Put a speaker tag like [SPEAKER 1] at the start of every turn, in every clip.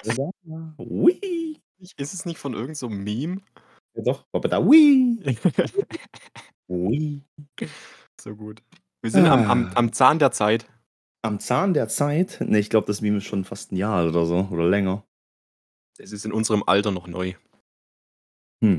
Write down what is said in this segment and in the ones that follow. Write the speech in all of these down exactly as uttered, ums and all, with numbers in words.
[SPEAKER 1] Ui.
[SPEAKER 2] Ist es nicht von irgend so 'nem Meme?
[SPEAKER 1] Ja doch. Ui. Ui.
[SPEAKER 2] So gut. Wir sind am am
[SPEAKER 1] Ah.
[SPEAKER 2] am Zahn der Zeit.
[SPEAKER 1] Am Zahn der Zeit? Ne, ich glaube, das Meme ist schon fast 'n Jahr alt oder so oder länger.
[SPEAKER 2] Es ist in unserem Alter noch neu.
[SPEAKER 1] Hm.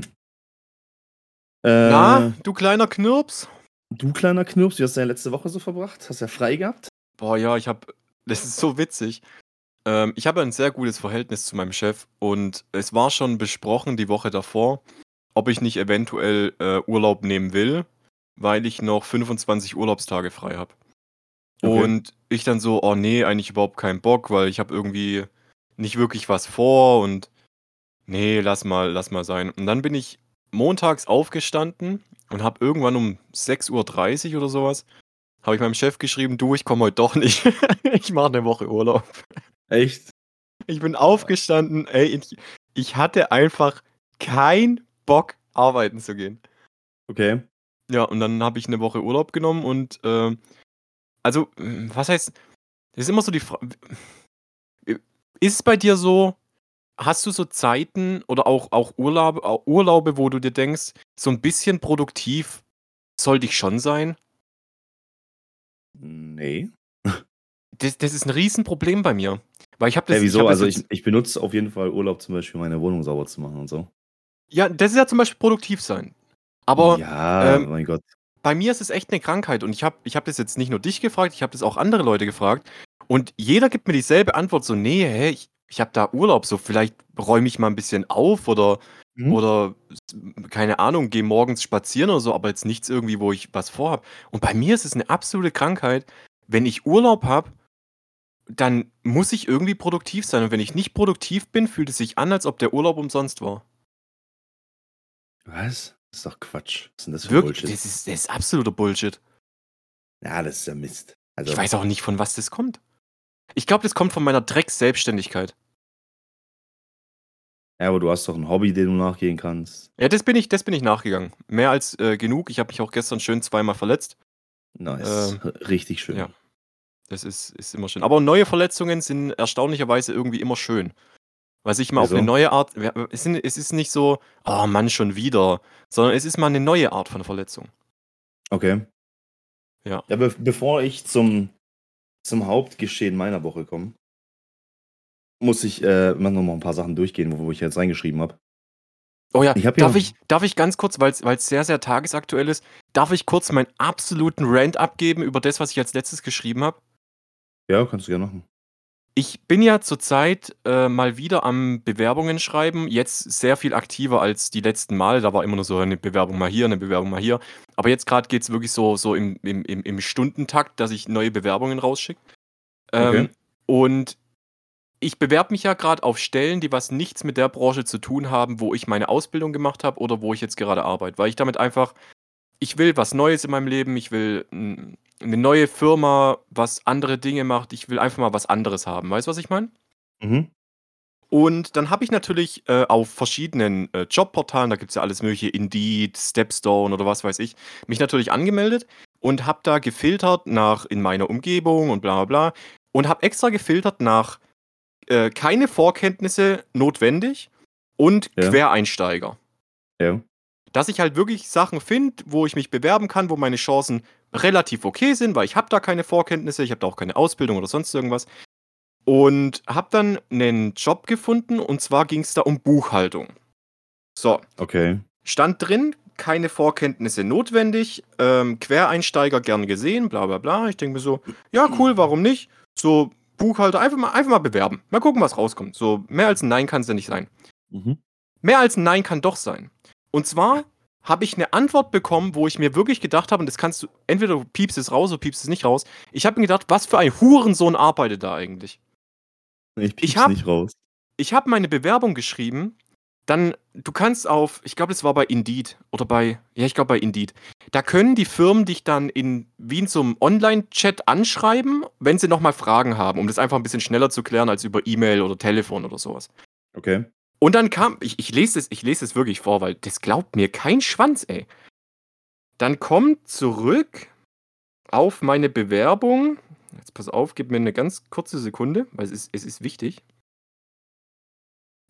[SPEAKER 2] Na,
[SPEAKER 1] Äh
[SPEAKER 2] du kleiner Knirps?
[SPEAKER 1] Du kleiner Knirps, wie hast du deine letzte Woche so verbracht? Hast ja frei gehabt?
[SPEAKER 2] Boah, ja, ich habe das ist so witzig. Ähm, ich habe ein sehr gutes Verhältnis zu meinem Chef und es war schon besprochen die Woche davor, ob ich nicht eventuell, äh, Urlaub nehmen will, weil ich noch fünfundzwanzig Urlaubstage frei habe.
[SPEAKER 1] Okay.
[SPEAKER 2] Und ich dann so: „Oh ne, eigentlich überhaupt keinen Bock, weil ich habe irgendwie nicht wirklich was vor und ne, lass mal lass mal sein.“ Und dann bin ich montags aufgestanden und habe irgendwann um sechs Uhr dreißig oder so was habe ich meinem Chef geschrieben: „Du, ich komme heute doch nicht. Ich mache 'ne Woche Urlaub.“
[SPEAKER 1] Echt?
[SPEAKER 2] Ich bin
[SPEAKER 1] Ah.
[SPEAKER 2] aufgestanden, ey, ich ich hatte einfach keinen Bock, arbeiten zu gehen.
[SPEAKER 1] Okay.
[SPEAKER 2] Ja, und dann habe ich 'ne Woche Urlaub genommen und, ähm also, hm, was heißt ist immer so die Fra w äh, ist es bei dir so hast du so Zeiten oder auch auch Urlaub au Urlaube, wo du dir denkst, so 'n bisschen produktiv sollte ich schon sein?
[SPEAKER 1] Ne.
[SPEAKER 2] Das das ist 'n Riesenproblem bei mir, weil ich habe
[SPEAKER 1] Hä,
[SPEAKER 2] das ich
[SPEAKER 1] wieso?
[SPEAKER 2] habe das
[SPEAKER 1] Also, ich
[SPEAKER 2] jetzt
[SPEAKER 1] ich benutze auf jeden Fall Urlaub zum Beispiel, um meine Wohnung sauber zu machen und so.
[SPEAKER 2] Ja, das ist ja zum Beispiel produktiv sein. Aber,
[SPEAKER 1] Ja,
[SPEAKER 2] ähm,
[SPEAKER 1] mein Gott.
[SPEAKER 2] bei mir ist es echt 'ne Krankheit und ich habe ich habe das jetzt nicht nur dich gefragt, ich habe das auch andere Leute gefragt und jeder gibt mir dieselbe Antwort so: „Ne, hä, ich ich habe da Urlaub, so vielleicht räume ich mal 'n bisschen auf oder
[SPEAKER 1] Mhm.
[SPEAKER 2] oder s keine Ahnung, gehe morgens spazieren oder so, aber jetzt nichts irgendwie, wo ich was vorhabe.“ Und bei mir ist es 'ne absolute Krankheit. Wenn ich Urlaub habe, dann muss ich irgendwie produktiv sein und wenn ich nicht produktiv bin, fühlt es sich an, als ob der Urlaub umsonst war.
[SPEAKER 1] Was? Das ist doch Quatsch. Was ist 'n das für
[SPEAKER 2] Wirk
[SPEAKER 1] Bullshit?
[SPEAKER 2] das ist das ist absoluter Bullshit.
[SPEAKER 1] Ja, das ist ja Mist.
[SPEAKER 2] Ich
[SPEAKER 1] Also
[SPEAKER 2] weiß auch nicht, von was das kommt. Ich glaube, das kommt von meiner Drecks-Selbstständigkeit.
[SPEAKER 1] Ja, aber du hast doch 'n Hobby, dem du nachgehen kannst.
[SPEAKER 2] Ja, das bin ich das bin ich nachgegangen. Mehr als, äh, genug. Ich habe mich auch gestern schön zweimal verletzt.
[SPEAKER 1] Nice.
[SPEAKER 2] Ähm,
[SPEAKER 1] R richtig
[SPEAKER 2] ja,
[SPEAKER 1] schön.
[SPEAKER 2] das ist ist immer schön. Aber neue Verletzungen sind erstaunlicherweise irgendwie immer schön, weil sich mal auf 'ne
[SPEAKER 1] Wieso?
[SPEAKER 2] neue Art ja, es sind es ist nicht so: „Oh Mann, schon wieder“, sondern es ist mal 'ne neue Art von Verletzung.
[SPEAKER 1] Okay.
[SPEAKER 2] Ja.
[SPEAKER 1] Ja, bef bevor ich zum zum Hauptgeschehen meiner Woche komme muss ich, äh, mal noch mal 'n paar Sachen durchgehen, wo wo ich jetzt reingeschrieben habe.
[SPEAKER 2] Oh ja,
[SPEAKER 1] Ich habe
[SPEAKER 2] darf
[SPEAKER 1] hier
[SPEAKER 2] ich darf ich ganz kurz, weil's weil's sehr, sehr tagesaktuell ist darf ich kurz meinen absoluten Rant abgeben über das, was ich als Letztes geschrieben habe?
[SPEAKER 1] Ja, kannst du gerne machen.
[SPEAKER 2] Ich bin ja zurzeit, äh, mal wieder am Bewerbungen schreiben, jetzt sehr viel aktiver als die letzten Male. Da war immer nur so 'ne Bewerbung mal hier, 'ne Bewerbung mal hier. Aber jetzt grad geht's wirklich so so im im im im Stundentakt, dass ich neue Bewerbungen rausschicke.
[SPEAKER 1] Okay.
[SPEAKER 2] Ähm, und ich bewerbe mich ja grad auf Stellen, die was nichts mit der Branche zu tun haben, wo ich meine Ausbildung gemacht habe oder wo ich jetzt gerade arbeite, weil ich damit einfach ich will was Neues in meinem Leben, ich will 'n 'ne neue Firma, was andere Dinge macht. Ich will einfach mal was anderes haben. Weißt du, was ich meine?
[SPEAKER 1] Mhm.
[SPEAKER 2] Und dann habe ich natürlich, äh, auf verschiedenen, äh, Jobportalen, da gibt's ja alles Mögliche, Indeed, Stepstone oder was weiß ich, mich natürlich angemeldet und habe da gefiltert nach in meiner Umgebung und bla bla bla und habe extra gefiltert nach, äh, keine Vorkenntnisse notwendig und
[SPEAKER 1] Ja.
[SPEAKER 2] Quereinsteiger.
[SPEAKER 1] Ja.
[SPEAKER 2] Dass ich halt wirklich Sachen finde, wo ich mich bewerben kann, wo meine Chancen relativ okay sind, weil ich habe da keine Vorkenntnisse, ich habe da auch keine Ausbildung oder sonst irgendwas. Und habe dann 'nen Job gefunden und zwar ging's da um Buchhaltung. So.
[SPEAKER 1] Okay.
[SPEAKER 2] Stand drin: „Keine Vorkenntnisse notwendig, ähm, Quereinsteiger gern gesehen“, bla bla bla. Ich denke mir so: „Ja, cool, warum nicht?“ So, Buchhalter, einfach mal einfach mal bewerben. Mal gucken, was rauskommt. So, mehr als 'n Nein kann's ja nicht sein.
[SPEAKER 1] Mhm.
[SPEAKER 2] Mehr als 'n Nein kann doch sein. Und zwar habe ich 'ne Antwort bekommen, wo ich mir wirklich gedacht habe und das kannst du entweder du piepst es raus oder piepst es nicht raus. Ich habe mir gedacht: „Was für ein Hurensohn arbeitet da eigentlich?“
[SPEAKER 1] Ich
[SPEAKER 2] Ich
[SPEAKER 1] piepse
[SPEAKER 2] habe
[SPEAKER 1] nicht raus.
[SPEAKER 2] ich habe meine Bewerbung geschrieben, dann du kannst auf ich glaube, es war bei Indeed oder bei ja, ich glaube bei Indeed. Da können die Firmen dich dann in wie in so 'nem Onlinechat anschreiben, wenn sie noch mal Fragen haben, um das einfach 'n bisschen schneller zu klären als über E-Mail oder Telefon oder so was.
[SPEAKER 1] Okay.
[SPEAKER 2] Und dann kam ich ich lese es ich lese es wirklich vor, weil das glaubt mir kein Schwanz, ey. Dann kommt zurück auf meine Bewerbung jetzt pass auf, gib mir 'ne ganz kurze Sekunde, weil es ist es ist wichtig.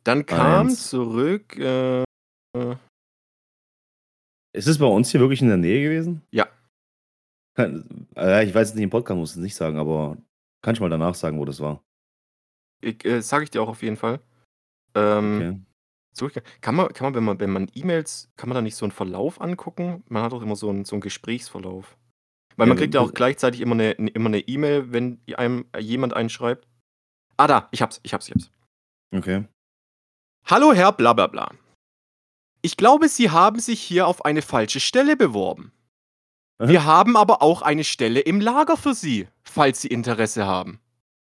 [SPEAKER 2] Dann kam
[SPEAKER 1] eins.
[SPEAKER 2] zurück, äh, äh
[SPEAKER 1] Ist es bei uns hier wirklich in der Nähe gewesen?
[SPEAKER 2] Ja.
[SPEAKER 1] Kann äh, ich weiß es nicht, im Podcast musst du's nicht sagen, aber kann ich mal danach sagen, wo das war?
[SPEAKER 2] Ich äh, sage ich dir auch auf jeden Fall. Ähm,
[SPEAKER 1] Okay.
[SPEAKER 2] zurück kann man kann man, wenn man wenn man E-Mails kann man da nicht so 'n Verlauf angucken? Man hat doch immer so 'n so 'n Gesprächsverlauf. Weil
[SPEAKER 1] Ja,
[SPEAKER 2] man kriegt ja
[SPEAKER 1] das
[SPEAKER 2] auch gleichzeitig immer 'ne immer 'ne E-Mail, wenn einem jemand einen schreibt. Ah, da, ich habe es, ich habe es, ich habe es.
[SPEAKER 1] Okay.
[SPEAKER 2] Hallo Herr bla bla bla. Ich glaube, Sie haben sich hier auf eine falsche Stelle beworben.
[SPEAKER 1] Mhm.
[SPEAKER 2] Wir haben aber auch eine Stelle im Lager für Sie, falls Sie Interesse haben.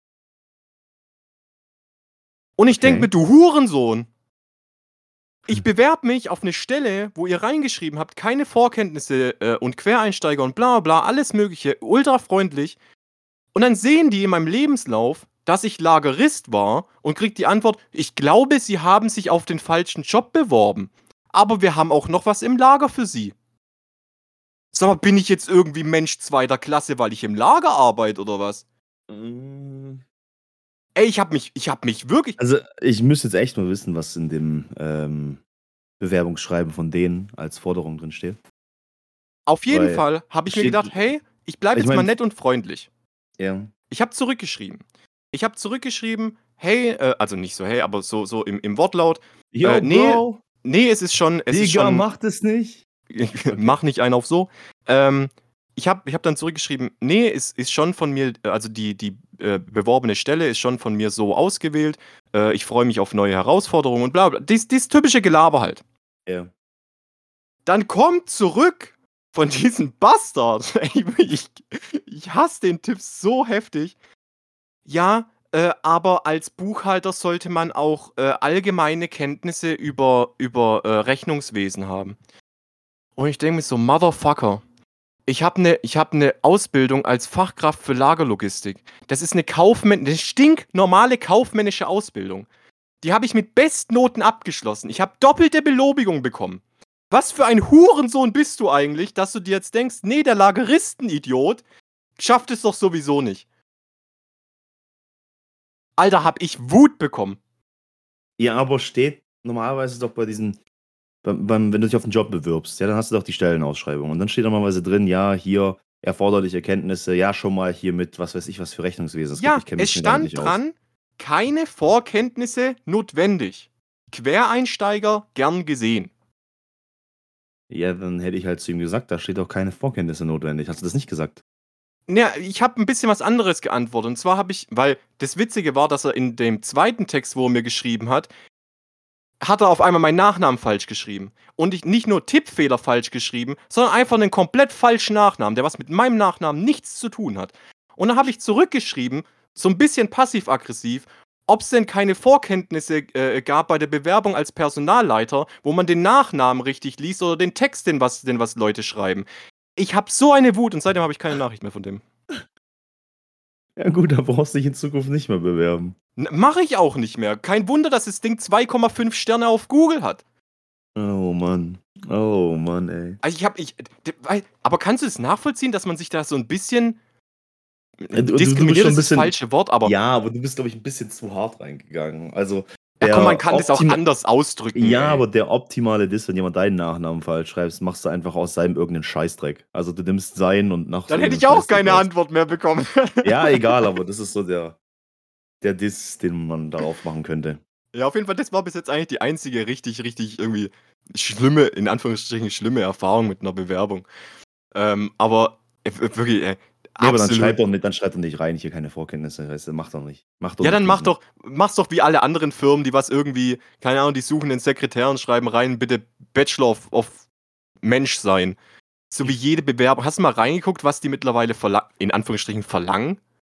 [SPEAKER 2] Und ich denke
[SPEAKER 1] Okay.
[SPEAKER 2] mir: „Du Hurensohn!“ Ich bewerbe mich auf 'ne Stelle, wo ihr reingeschrieben habt, keine Vorkenntnisse, äh, und Quereinsteiger und bla bla, alles Mögliche, ultrafreundlich. Und dann sehen die in meinem Lebenslauf, dass ich Lagerist war und kriege die Antwort: „Ich glaube, Sie haben sich auf den falschen Job beworben, aber wir haben auch noch was im Lager für Sie.“ Sag mal, bin ich jetzt irgendwie Mensch zweiter Klasse, weil ich im Lager arbeite oder was?
[SPEAKER 1] Hm.
[SPEAKER 2] Ey, ich habe mich ich habe mich wirklich
[SPEAKER 1] Also, ich müsste jetzt echt mal wissen, was in dem, ähm, Bewerbungsschreiben von denen als Forderung drin steht.
[SPEAKER 2] Auf jeden
[SPEAKER 1] Weil
[SPEAKER 2] Fall habe ich mir
[SPEAKER 1] steht
[SPEAKER 2] gedacht: „Hey, ich bleibe
[SPEAKER 1] ich
[SPEAKER 2] jetzt mal
[SPEAKER 1] meine
[SPEAKER 2] nett und freundlich.“
[SPEAKER 1] Ja.
[SPEAKER 2] Ich habe zurückgeschrieben. Ich habe zurückgeschrieben: „Hey“, äh, also nicht so hey, aber so so im im Wortlaut,
[SPEAKER 1] Yo,
[SPEAKER 2] äh: „Ne,
[SPEAKER 1] Bro.
[SPEAKER 2] ne, es ist schon es ist
[SPEAKER 1] Digga,
[SPEAKER 2] schon“
[SPEAKER 1] mach das nicht. Okay.
[SPEAKER 2] Mach nicht einen auf so. Ähm, ich habe ich habe dann zurückgeschrieben: „Ne, es ist schon von mir also die die, äh, beworbene Stelle ist schon von mir so ausgewählt. Äh, ich freue mich auf neue Herausforderungen“ und bla bla. Dies dieses typische Gelaber halt.
[SPEAKER 1] Ja.
[SPEAKER 2] Dann kommt zurück von diesem Bastard, ey, ich ich hasse den Typ so heftig. Ja, äh, aber als Buchhalter sollte man auch, äh, allgemeine Kenntnisse über über, äh, Rechnungswesen haben. Und ich denke mir so: „Motherfucker, ich habe 'ne ich habe 'ne Ausbildung als Fachkraft für Lagerlogistik. Das ist 'ne Kaufmänn 'ne stinknormale kaufmännische Ausbildung. Die habe ich mit Bestnoten abgeschlossen. Ich habe doppelte Belobigung bekommen. Was für ein Hurensohn bist du eigentlich, dass du dir jetzt denkst: ‚Ne, der Lageristen-Idiot schafft es doch sowieso nicht.'“ Alter, habe ich Wut bekommen.
[SPEAKER 1] Ja, aber steht normalerweise doch bei diesen beim beim wenn du dich auf 'n Job bewirbst, ja, dann hast du doch die Stellenausschreibung. Und dann steht normalerweise drin: „Ja, hier erforderliche Kenntnisse, ja, schon mal hier mit was weiß ich was für Rechnungswesen es gibt.
[SPEAKER 2] Ja,
[SPEAKER 1] Ich kenne
[SPEAKER 2] es
[SPEAKER 1] mich damit
[SPEAKER 2] stand
[SPEAKER 1] nicht aus.“
[SPEAKER 2] dran: „Keine Vorkenntnisse notwendig. Quereinsteiger gern gesehen.“
[SPEAKER 1] Ja, dann hätte ich halt zu ihm gesagt: „Da steht doch keine Vorkenntnisse notwendig.“ Hast du das nicht gesagt?
[SPEAKER 2] Na, ich habe 'n bisschen was anderes geantwortet. Und zwar habe ich weil das Witzige war, dass er in dem zweiten Text, wo er mir geschrieben hat hat er auf einmal meinen Nachnamen falsch geschrieben. Und ich nicht nur Tippfehler falsch geschrieben, sondern einfach 'nen komplett falschen Nachnamen, der was mit meinem Nachnamen nichts zu tun hat. Und dann habe ich zurückgeschrieben, so 'n bisschen passiv-aggressiv, ob's denn keine Vorkenntnisse, äh, gab bei der Bewerbung als Personalleiter, wo man den Nachnamen richtig liest oder den Text, den was den was Leute schreiben. Ich habe so eine Wut und seitdem habe ich keine Nachricht mehr von dem.
[SPEAKER 1] Ja gut, da brauchst du dich in Zukunft nicht mehr bewerben.
[SPEAKER 2] N mache ich auch nicht mehr. Kein Wunder, dass das Ding zwei Komma fünf Sterne auf Google hat.
[SPEAKER 1] Oh Mann. Oh Mann, ey.
[SPEAKER 2] Also, ich habe ich d wei aber kannst du das nachvollziehen, dass man sich da so 'n bisschen
[SPEAKER 1] Äh, du du du bist
[SPEAKER 2] diskriminiert
[SPEAKER 1] schon 'n
[SPEAKER 2] ist das
[SPEAKER 1] bisschen
[SPEAKER 2] falsche Wort, aber
[SPEAKER 1] ja, aber du bist, glaube ich, 'n bisschen zu hart reingegangen. Also,
[SPEAKER 2] Ja komm, man
[SPEAKER 1] der
[SPEAKER 2] kann das auch
[SPEAKER 1] optima
[SPEAKER 2] anders ausdrücken,
[SPEAKER 1] ja,
[SPEAKER 2] ey.
[SPEAKER 1] aber der optimale Diss, wenn jemand deinen Nachnamen falsch schreibst, machst du einfach aus seinem irgend 'nen Scheißdreck. Also, du nimmst seinen und machst
[SPEAKER 2] Dann
[SPEAKER 1] irgend
[SPEAKER 2] hätte
[SPEAKER 1] 'nen
[SPEAKER 2] ich auch
[SPEAKER 1] Scheißdreck
[SPEAKER 2] keine
[SPEAKER 1] raus.
[SPEAKER 2] Antwort mehr bekommen.
[SPEAKER 1] Ja, egal, aber das ist so der der Diss, den man darauf machen könnte.
[SPEAKER 2] Ja, auf jeden Fall, das war bis jetzt eigentlich die einzige richtig, richtig irgendwie schlimme in Anführungsstrichen schlimme Erfahrung mit 'ner Bewerbung. Ähm, aber w wirklich, ey,
[SPEAKER 1] Ne, aber dann
[SPEAKER 2] absolut
[SPEAKER 1] schreib doch nicht dann schreib doch nicht rein: „Hier keine Vorkenntnisse“, weißt du? Mach doch nicht. Mach doch
[SPEAKER 2] Ja,
[SPEAKER 1] nicht
[SPEAKER 2] dann mach
[SPEAKER 1] diesen
[SPEAKER 2] doch mach's doch wie alle anderen Firmen, die was irgendwie keine Ahnung, die suchen 'nen Sekretär und schreiben rein: „Bitte Bachelor of of Menschsein.“ So wie jede Bewerbung. Hast du mal reingeguckt, was die mittlerweile verla in Anführungsstrichen verlangen?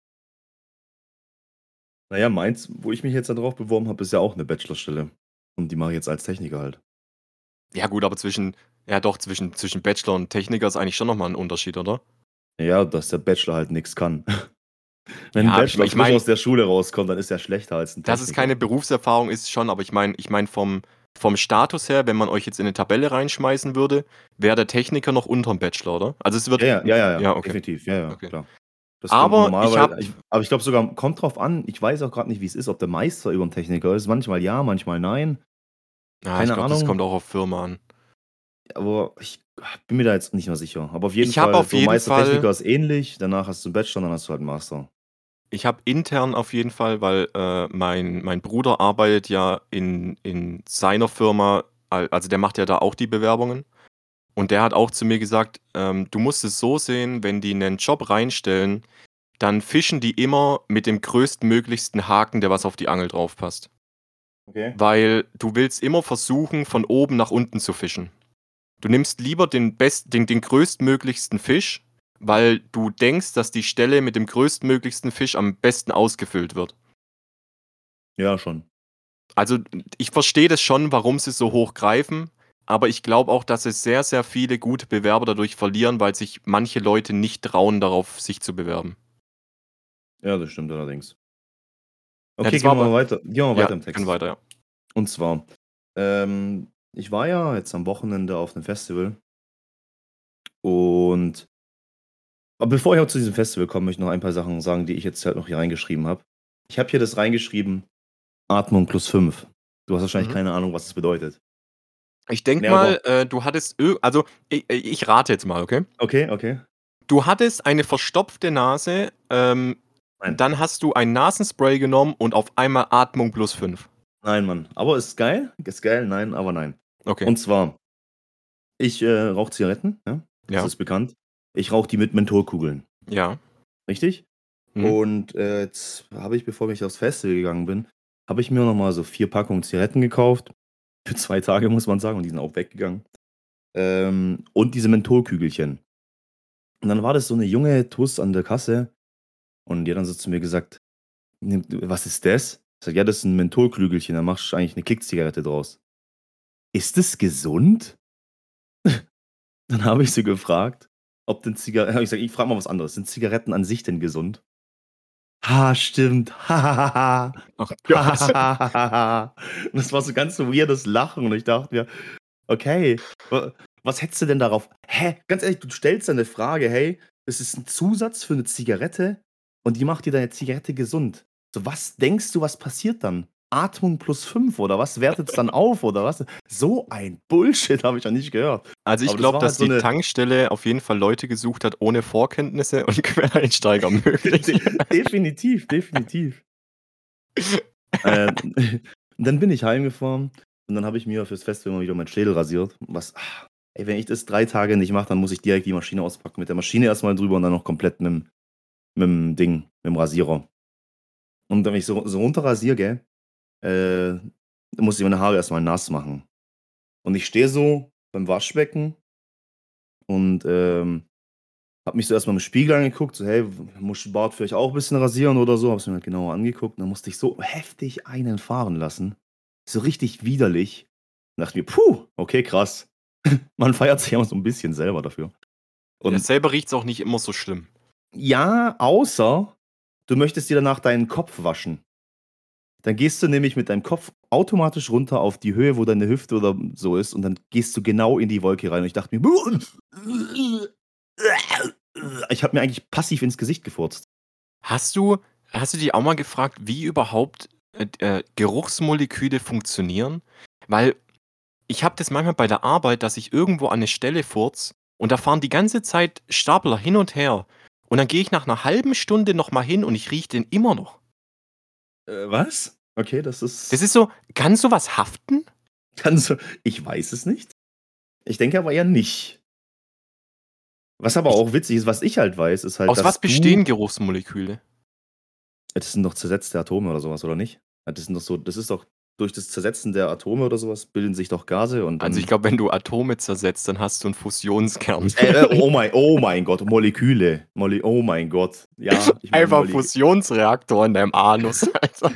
[SPEAKER 1] Na ja, meins, wo ich mich jetzt da drauf beworben habe, ist ja auch 'ne Bachelorstelle. Und die mache ich jetzt als Techniker halt.
[SPEAKER 2] Ja gut, aber zwischen ja doch, zwischen zwischen Bachelor und Techniker ist eigentlich schon noch mal 'n Unterschied, oder?
[SPEAKER 1] Ja, dass der Bachelor halt nix kann. Wenn 'n
[SPEAKER 2] Ja, ich
[SPEAKER 1] Bachelor
[SPEAKER 2] ich
[SPEAKER 1] frisch
[SPEAKER 2] meine
[SPEAKER 1] aus der Schule rauskommt, dann ist er schlechter als 'n
[SPEAKER 2] dass es
[SPEAKER 1] Techniker.
[SPEAKER 2] keine Berufserfahrung ist schon, aber ich meine ich meine vom vom Status her, wenn man euch jetzt in 'ne Tabelle reinschmeißen würde, wäre der Techniker noch unterm Bachelor, oder? Also, es
[SPEAKER 1] Ja,
[SPEAKER 2] wird
[SPEAKER 1] ja, ja, ja, ja,
[SPEAKER 2] ja, okay.
[SPEAKER 1] definitiv. Ja, ja,
[SPEAKER 2] Okay.
[SPEAKER 1] klar. Das kommt
[SPEAKER 2] Aber ich
[SPEAKER 1] normalerweise
[SPEAKER 2] habe
[SPEAKER 1] ich aber ich glaube sogar kommt drauf an, ich weiß auch grad nicht, wie's ist, ob der Meister überm Techniker ist. Manchmal ja, manchmal nein.
[SPEAKER 2] Ah, ich
[SPEAKER 1] Keine
[SPEAKER 2] glaube, das
[SPEAKER 1] Ahnung.
[SPEAKER 2] kommt auch auf Firma an.
[SPEAKER 1] Aber ich bin mir da jetzt nicht mehr sicher. Aber auf jeden
[SPEAKER 2] Ich habe
[SPEAKER 1] Fall
[SPEAKER 2] auf
[SPEAKER 1] so
[SPEAKER 2] jeden
[SPEAKER 1] Meister,
[SPEAKER 2] Fall
[SPEAKER 1] Techniker ist ähnlich, danach hast du 'n Bachelor und dann hast du halt 'n Master.
[SPEAKER 2] Ich habe intern auf jeden Fall, weil, äh, mein mein Bruder arbeitet ja in in seiner Firma, al also der macht ja da auch die Bewerbungen. Und der hat auch zu mir gesagt, ähm: „Du musst es so sehen, wenn die 'nen Job reinstellen, dann fischen die immer mit dem größtmöglichsten Haken, der was auf die Angel drauf passt.“
[SPEAKER 1] Okay.
[SPEAKER 2] Weil du willst immer versuchen, von oben nach unten zu fischen. Du nimmst lieber den best den den größtmöglichsten Fisch, weil du denkst, dass die Stelle mit dem größtmöglichsten Fisch am besten ausgefüllt wird.
[SPEAKER 1] Ja, schon.
[SPEAKER 2] Also, ich verstehe das schon, warum sie so hoch greifen, aber ich glaube auch, dass es sehr, sehr viele gute Bewerber dadurch verlieren, weil sich manche Leute nicht trauen, darauf sich zu bewerben.
[SPEAKER 1] Ja, das stimmt allerdings.
[SPEAKER 2] Ja,
[SPEAKER 1] Okay,
[SPEAKER 2] das
[SPEAKER 1] gehen
[SPEAKER 2] war
[SPEAKER 1] wir mal
[SPEAKER 2] aber
[SPEAKER 1] weiter gehen wir mal
[SPEAKER 2] ja,
[SPEAKER 1] weiter im
[SPEAKER 2] wir können
[SPEAKER 1] Text.
[SPEAKER 2] weiter, ja.
[SPEAKER 1] Und zwar, ähm, ich war ja jetzt am Wochenende auf 'nem Festival und aber bevor ich auch zu diesem Festival komme, möchte ich noch ein paar Sachen sagen, die ich jetzt halt noch hier reingeschrieben habe. Ich habe hier das reingeschrieben: „Atmung plus fünf.“ Du hast wahrscheinlich
[SPEAKER 2] Mhm.
[SPEAKER 1] keine Ahnung, was das bedeutet.
[SPEAKER 2] Ich denke
[SPEAKER 1] Ne, aber
[SPEAKER 2] mal, äh, du hattest irg also, i ich rate jetzt mal, okay?
[SPEAKER 1] Okay, okay.
[SPEAKER 2] Du hattest eine verstopfte Nase, ähm,
[SPEAKER 1] Nein.
[SPEAKER 2] dann hast du ein Nasenspray genommen und auf einmal Atmung plus fünf.
[SPEAKER 1] Nein, Mann. Aber ist geil, ist geil, nein, aber nein.
[SPEAKER 2] Okay.
[SPEAKER 1] Und zwar ich, äh, rauche Zigaretten, ja? Das
[SPEAKER 2] Ja.
[SPEAKER 1] ist bekannt. Ich rauche die mit Mentholkugeln.
[SPEAKER 2] Ja.
[SPEAKER 1] Richtig?
[SPEAKER 2] Mhm.
[SPEAKER 1] Und, äh, jetzt habe ich, bevor ich aufs Festival gegangen bin, habe ich mir noch mal so vier Packungen Zigaretten gekauft. Für zwei Tage, muss man sagen, und die sind auch weggegangen. Ähm, und diese Mentholkügelchen. Und dann war das so 'ne junge Tuss an der Kasse und die hat dann so zu mir gesagt: „Ne, was ist das?“ Ich sage: „Ja, das ist 'n Mentholkügelchen, da machst du eigentlich 'ne Kick-Zigarette draus.“ „Ist das gesund?“ Dann habe ich sie gefragt, ob denn Ziga habe ich gesagt: „Ich frage mal was anderes. Sind Zigaretten an sich denn gesund?“ „Ha, stimmt.
[SPEAKER 2] Ach Gott.
[SPEAKER 1] Und das war so ganz so weirdes Lachen und ich dachte mir: „Okay, wa was hättest du denn darauf“ hä? Ganz ehrlich, du stellst da 'ne Frage: „Hey, das ist 'n Zusatz für 'ne Zigarette und die macht dir deine Zigarette gesund.“ So, was denkst du, was passiert dann? Atmung plus fünf oder was wertet's dann auf oder was? So ein Bullshit habe ich noch nicht gehört.
[SPEAKER 2] Also, ich
[SPEAKER 1] Aber das
[SPEAKER 2] glaube,
[SPEAKER 1] war
[SPEAKER 2] dass
[SPEAKER 1] halt so
[SPEAKER 2] die
[SPEAKER 1] 'ne
[SPEAKER 2] Tankstelle auf jeden Fall Leute gesucht hat ohne Vorkenntnisse und Quereinsteiger möglich.
[SPEAKER 1] De definitiv, definitiv. Äh, dann bin ich heimgefahren und dann habe ich mir fürs Festival mal wieder meinen Schädel rasiert, was ey, wenn ich das drei Tage nicht mache, dann muss ich direkt die Maschine auspacken. Mit der Maschine erst mal drüber und dann noch komplett mit'm mit'm Ding, mit'm Rasierer. Und wenn ich so so runter rasiere, gell, äh, muss ich meine Haare erst mal nass machen. Und ich stehe so beim Waschbecken und, ähm, habe mich so erst mal im Spiegel angeguckt, so: „Hey, w muss ich den Bart vielleicht auch bisschen rasieren oder so?“ Habe es mir halt genauer angeguckt und dann musste ich so heftig einen fahren lassen. So richtig widerlich. Dachte mir: „Puh, okay, krass.“ Man feiert sich immer so 'n bisschen selber dafür.
[SPEAKER 2] Ja,
[SPEAKER 1] Und
[SPEAKER 2] selber riecht's auch nicht immer so schlimm.
[SPEAKER 1] Ja, außer du möchtest dir danach deinen Kopf waschen. Dann gehst du nämlich mit deinem Kopf automatisch runter auf die Höhe, wo deine Hüfte oder so ist und dann gehst du genau in die Wolke rein und ich dachte mir: „Ich habe mir eigentlich passiv ins Gesicht gefurzt.“
[SPEAKER 2] Hast du hast du dich auch mal gefragt, wie überhaupt, äh, d äh, Geruchsmoleküle funktionieren? Weil ich habe das manchmal bei der Arbeit, dass ich irgendwo an 'ne Stelle furze und da fahren die ganze Zeit Stapler hin und her. Und dann gehe ich nach 'ner halben Stunde noch mal hin und ich rieche den immer noch.
[SPEAKER 1] Äh, was? Okay, das
[SPEAKER 2] Das
[SPEAKER 1] ist
[SPEAKER 2] ist so kann so was haften?
[SPEAKER 1] Kann so ich weiß es nicht. Ich denke aber eher nicht. Was aber
[SPEAKER 2] Ich
[SPEAKER 1] auch witzig ist, was ich halt weiß, ist halt,
[SPEAKER 2] Aus was
[SPEAKER 1] dass du
[SPEAKER 2] bestehen Geruchsmoleküle?
[SPEAKER 1] Das sind doch zersetzte Atome oder so was, oder nicht? Ja, das sind doch so das ist doch durch das Zersetzen der Atome oder so was bilden sich doch Gase und
[SPEAKER 2] Also, ich
[SPEAKER 1] dann
[SPEAKER 2] glaube, wenn du Atome zersetzt, dann hast du 'n Fusionskern.
[SPEAKER 1] Äh, äh, oh mein oh mein Gott, Moleküle. Molly oh mein Gott. Ja, ich meine
[SPEAKER 2] Einfach
[SPEAKER 1] Molly
[SPEAKER 2] Fusionsreaktor in deinem Anus, Alter.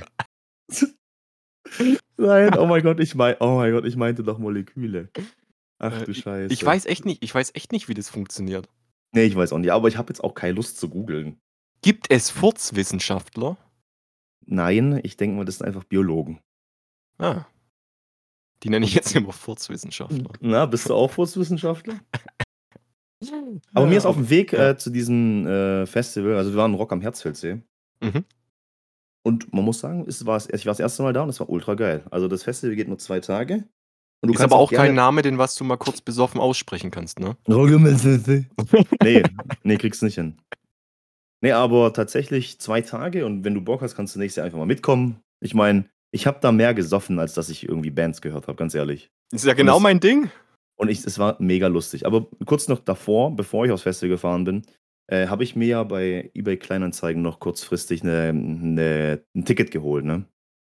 [SPEAKER 1] Nein, oh mein Gott, ich mei oh mein Gott, ich meinte doch Moleküle. Ach
[SPEAKER 2] Äh,
[SPEAKER 1] du
[SPEAKER 2] i ich
[SPEAKER 1] Scheiße.
[SPEAKER 2] weiß echt nicht ich weiß echt nicht, wie das funktioniert.
[SPEAKER 1] Ne, ich weiß auch nicht, aber ich habe jetzt auch keine Lust zu googeln.
[SPEAKER 2] Gibt es Furzwissenschaftler?
[SPEAKER 1] Nein, ich denke mal, das sind einfach Biologen.
[SPEAKER 2] Ah. Die nenne ich jetzt immer Furzwissenschaftler.
[SPEAKER 1] Na, bist du auch Furzwissenschaftler? Aber mir
[SPEAKER 2] Ja,
[SPEAKER 1] ist auf
[SPEAKER 2] aber
[SPEAKER 1] dem Weg,
[SPEAKER 2] ja.
[SPEAKER 1] äh, zu diesem, äh, Festival also, wir waren Rock am Herzfeldsee
[SPEAKER 2] Mhm.
[SPEAKER 1] und man muss sagen, es war das ich war das erste Mal da und es war ultra geil. Also, das Festival geht nur zwei Tage und du
[SPEAKER 2] Ist
[SPEAKER 1] kannst
[SPEAKER 2] aber
[SPEAKER 1] auch
[SPEAKER 2] auch kein
[SPEAKER 1] gerne
[SPEAKER 2] Name, den was du mal kurz besoffen aussprechen kannst, ne?
[SPEAKER 1] Rock am Herzfeldsee. Ne, ne, kriegst du nicht hin. Ne, aber tatsächlich zwei Tage und wenn du Bock hast, kannst du nächstes Jahr einfach mal mitkommen. Ich meine, ich habe da mehr gesoffen, als dass ich irgendwie Bands gehört habe, ganz ehrlich.
[SPEAKER 2] Ist ja
[SPEAKER 1] Und
[SPEAKER 2] genau
[SPEAKER 1] es
[SPEAKER 2] mein Ding.
[SPEAKER 1] und ich es war mega lustig. Aber kurz noch davor, bevor ich aufs Festival gefahren bin, äh, habe ich mir ja bei eBay Kleinanzeigen noch kurzfristig 'ne 'ne 'n Ticket geholt, ne?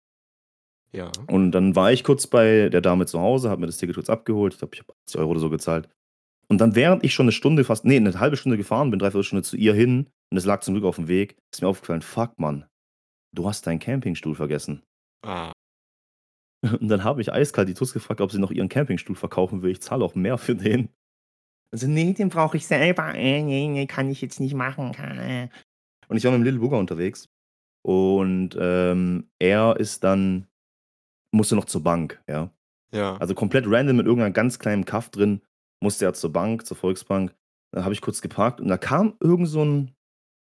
[SPEAKER 2] Ja.
[SPEAKER 1] Und dann war ich kurz bei der Dame zu Hause, habe mir das Ticket kurz abgeholt. Ich glaube, ich habe achtzig Euro oder so gezahlt. Und dann, während ich schon 'ne Stunde fast ne, 'ne halbe Stunde gefahren bin, dreiviertel Stunde zu ihr hin und es lag zum Glück aufm Weg, ist mir aufgefallen: „Fuck, Mann, du hast deinen Campingstuhl vergessen.“
[SPEAKER 2] Ah.
[SPEAKER 1] Und dann habe ich eiskalt die Tuss gefragt, ob sie noch ihren Campingstuhl verkaufen will. Ich zahle auch mehr für den. Also: „Ne, den brauche ich selber. Äh, ne, ne, kann ich jetzt nicht machen. Äh.“ Und ich war mit'm Little Booger unterwegs und, ähm, er ist dann musste noch zur Bank, ja?
[SPEAKER 2] Ja.
[SPEAKER 1] Also, komplett random mit irgend 'ner ganz kleinen Kaff drin musste er zur Bank, zur Volksbank. Da habe ich kurz geparkt und da kam irgend so 'n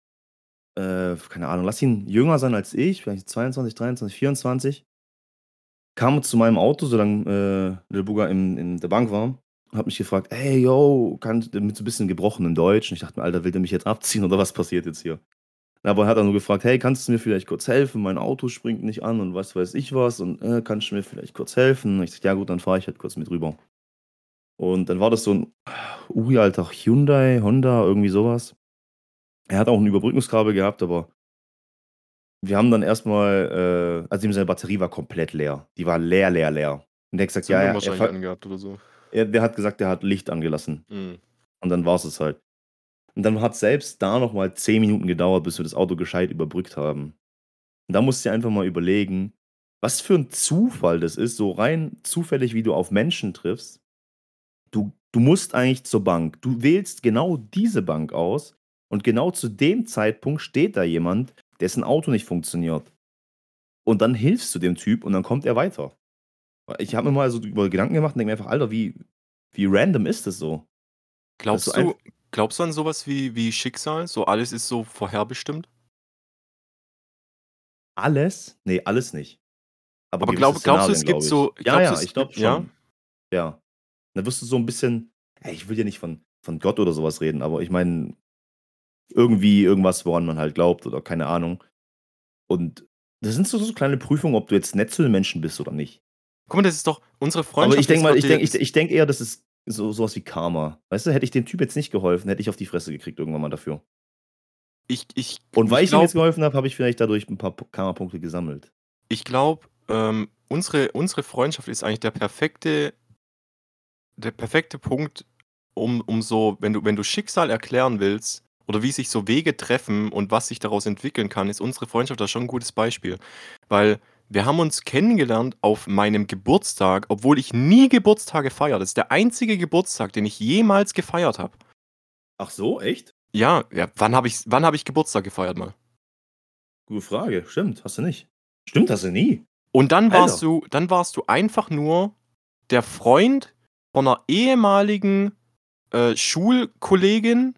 [SPEAKER 1] äh, keine Ahnung, lass ihn jünger sein als ich, vielleicht zweiundzwanzig, dreiundzwanzig, vierundzwanzig kam zu meinem Auto, solange, äh, Little Booger in in der Bank war und hat mich gefragt: „Ey, yo, kannst“ mit so 'n bisschen gebrochenem Deutsch und ich dachte mir: „Alter, will der mich jetzt abziehen oder was passiert jetzt hier?“ Aber er hat dann nur gefragt: „Hey, kannst du mir vielleicht kurz helfen? Mein Auto springt nicht an und was weiß ich was und, äh, kannst du mir vielleicht kurz helfen?“ Und ich sage: „Ja gut, dann fahre ich halt kurz mit rüber.“ Und dann war das so 'n uralter Hyundai, Honda, irgendwie so was. Er hat auch 'n Überbrückungskabel gehabt, aber wir haben dann erst mal, äh also, seine Batterie war komplett leer. Die war leer, leer, leer. Und er hat gesagt, ja,
[SPEAKER 2] Zündung
[SPEAKER 1] ja, er
[SPEAKER 2] wahrscheinlich
[SPEAKER 1] fa
[SPEAKER 2] angehabt oder so.
[SPEAKER 1] er der hat gesagt, der hat Licht angelassen.
[SPEAKER 2] Mhm.
[SPEAKER 1] Und dann war's es halt. Und dann hat's selbst da noch mal zehn Minuten gedauert, bis wir das Auto gescheit überbrückt haben. Und da musst du dir einfach mal überlegen, was für 'n Zufall das ist, so rein zufällig, wie du auf Menschen triffst. Du du musst eigentlich zur Bank. Du wählst genau diese Bank aus und genau zu dem Zeitpunkt steht da jemand, dessen Auto nicht funktioniert. Und dann hilfst du dem Typ und dann kommt er weiter. Ich habe mir mal so drüber Gedanken gemacht und denke mir einfach: „Alter, wie wie random ist das so?“ Dass du
[SPEAKER 2] Glaubst
[SPEAKER 1] einf
[SPEAKER 2] du glaubst du an so was wie wie Schicksal? So alles ist so vorherbestimmt?
[SPEAKER 1] Alles? Ne, alles nicht. Aber
[SPEAKER 2] Aber
[SPEAKER 1] gewisse
[SPEAKER 2] glaub glaubst du,
[SPEAKER 1] Szenarien,
[SPEAKER 2] es gibt
[SPEAKER 1] glaube ich.
[SPEAKER 2] so
[SPEAKER 1] Ja,
[SPEAKER 2] glaubst du,
[SPEAKER 1] ja,
[SPEAKER 2] es
[SPEAKER 1] ich
[SPEAKER 2] gibt
[SPEAKER 1] glaube
[SPEAKER 2] ja?
[SPEAKER 1] schon. Ja. Da wirst du so 'n bisschen ja, ich will ja nicht von von Gott oder so was reden, aber ich meine, irgendwie irgendwas, woran man halt glaubt oder keine Ahnung. Und das sind so so kleine Prüfungen, ob du jetzt nett zu den Menschen bist oder nicht.
[SPEAKER 2] Guck mal, das ist doch unsere
[SPEAKER 1] Aber ich
[SPEAKER 2] Freundschaft
[SPEAKER 1] denke
[SPEAKER 2] ist
[SPEAKER 1] mal
[SPEAKER 2] doch
[SPEAKER 1] ich
[SPEAKER 2] der
[SPEAKER 1] denke ich
[SPEAKER 2] ist
[SPEAKER 1] ich denke eher, das ist so so was wie Karma. Weißt du, hätte ich dem Typ jetzt nicht geholfen, hätte ich auf die Fresse gekriegt irgendwann mal dafür.
[SPEAKER 2] Ich ich
[SPEAKER 1] Und weil
[SPEAKER 2] ich
[SPEAKER 1] ich ihm jetzt
[SPEAKER 2] glaube
[SPEAKER 1] geholfen habe, habe ich vielleicht dadurch 'n paar P Karmapunkte gesammelt.
[SPEAKER 2] ich glaube, ähm, unsere unsere Freundschaft ist eigentlich der perfekte der perfekte Punkt, um um so wenn du wenn du Schicksal erklären willst oder wie sich so Wege treffen und was sich daraus entwickeln kann, ist unsere Freundschaft da schon 'n gutes Beispiel. Weil wir haben uns kennengelernt auf meinem Geburtstag, obwohl ich nie Geburtstage feiere. Das ist der einzige Geburtstag, den ich jemals gefeiert habe.
[SPEAKER 1] Ach so, echt?
[SPEAKER 2] Ja, ja, wann habe ich wann habe ich Geburtstag gefeiert mal?
[SPEAKER 1] Gute Frage. Stimmt, hast du nicht. Stimmt, hast du nie?
[SPEAKER 2] Und dann warst
[SPEAKER 1] Alter.
[SPEAKER 2] du dann warst du einfach nur der Freund von 'ner ehemaligen, äh, Schulkollegin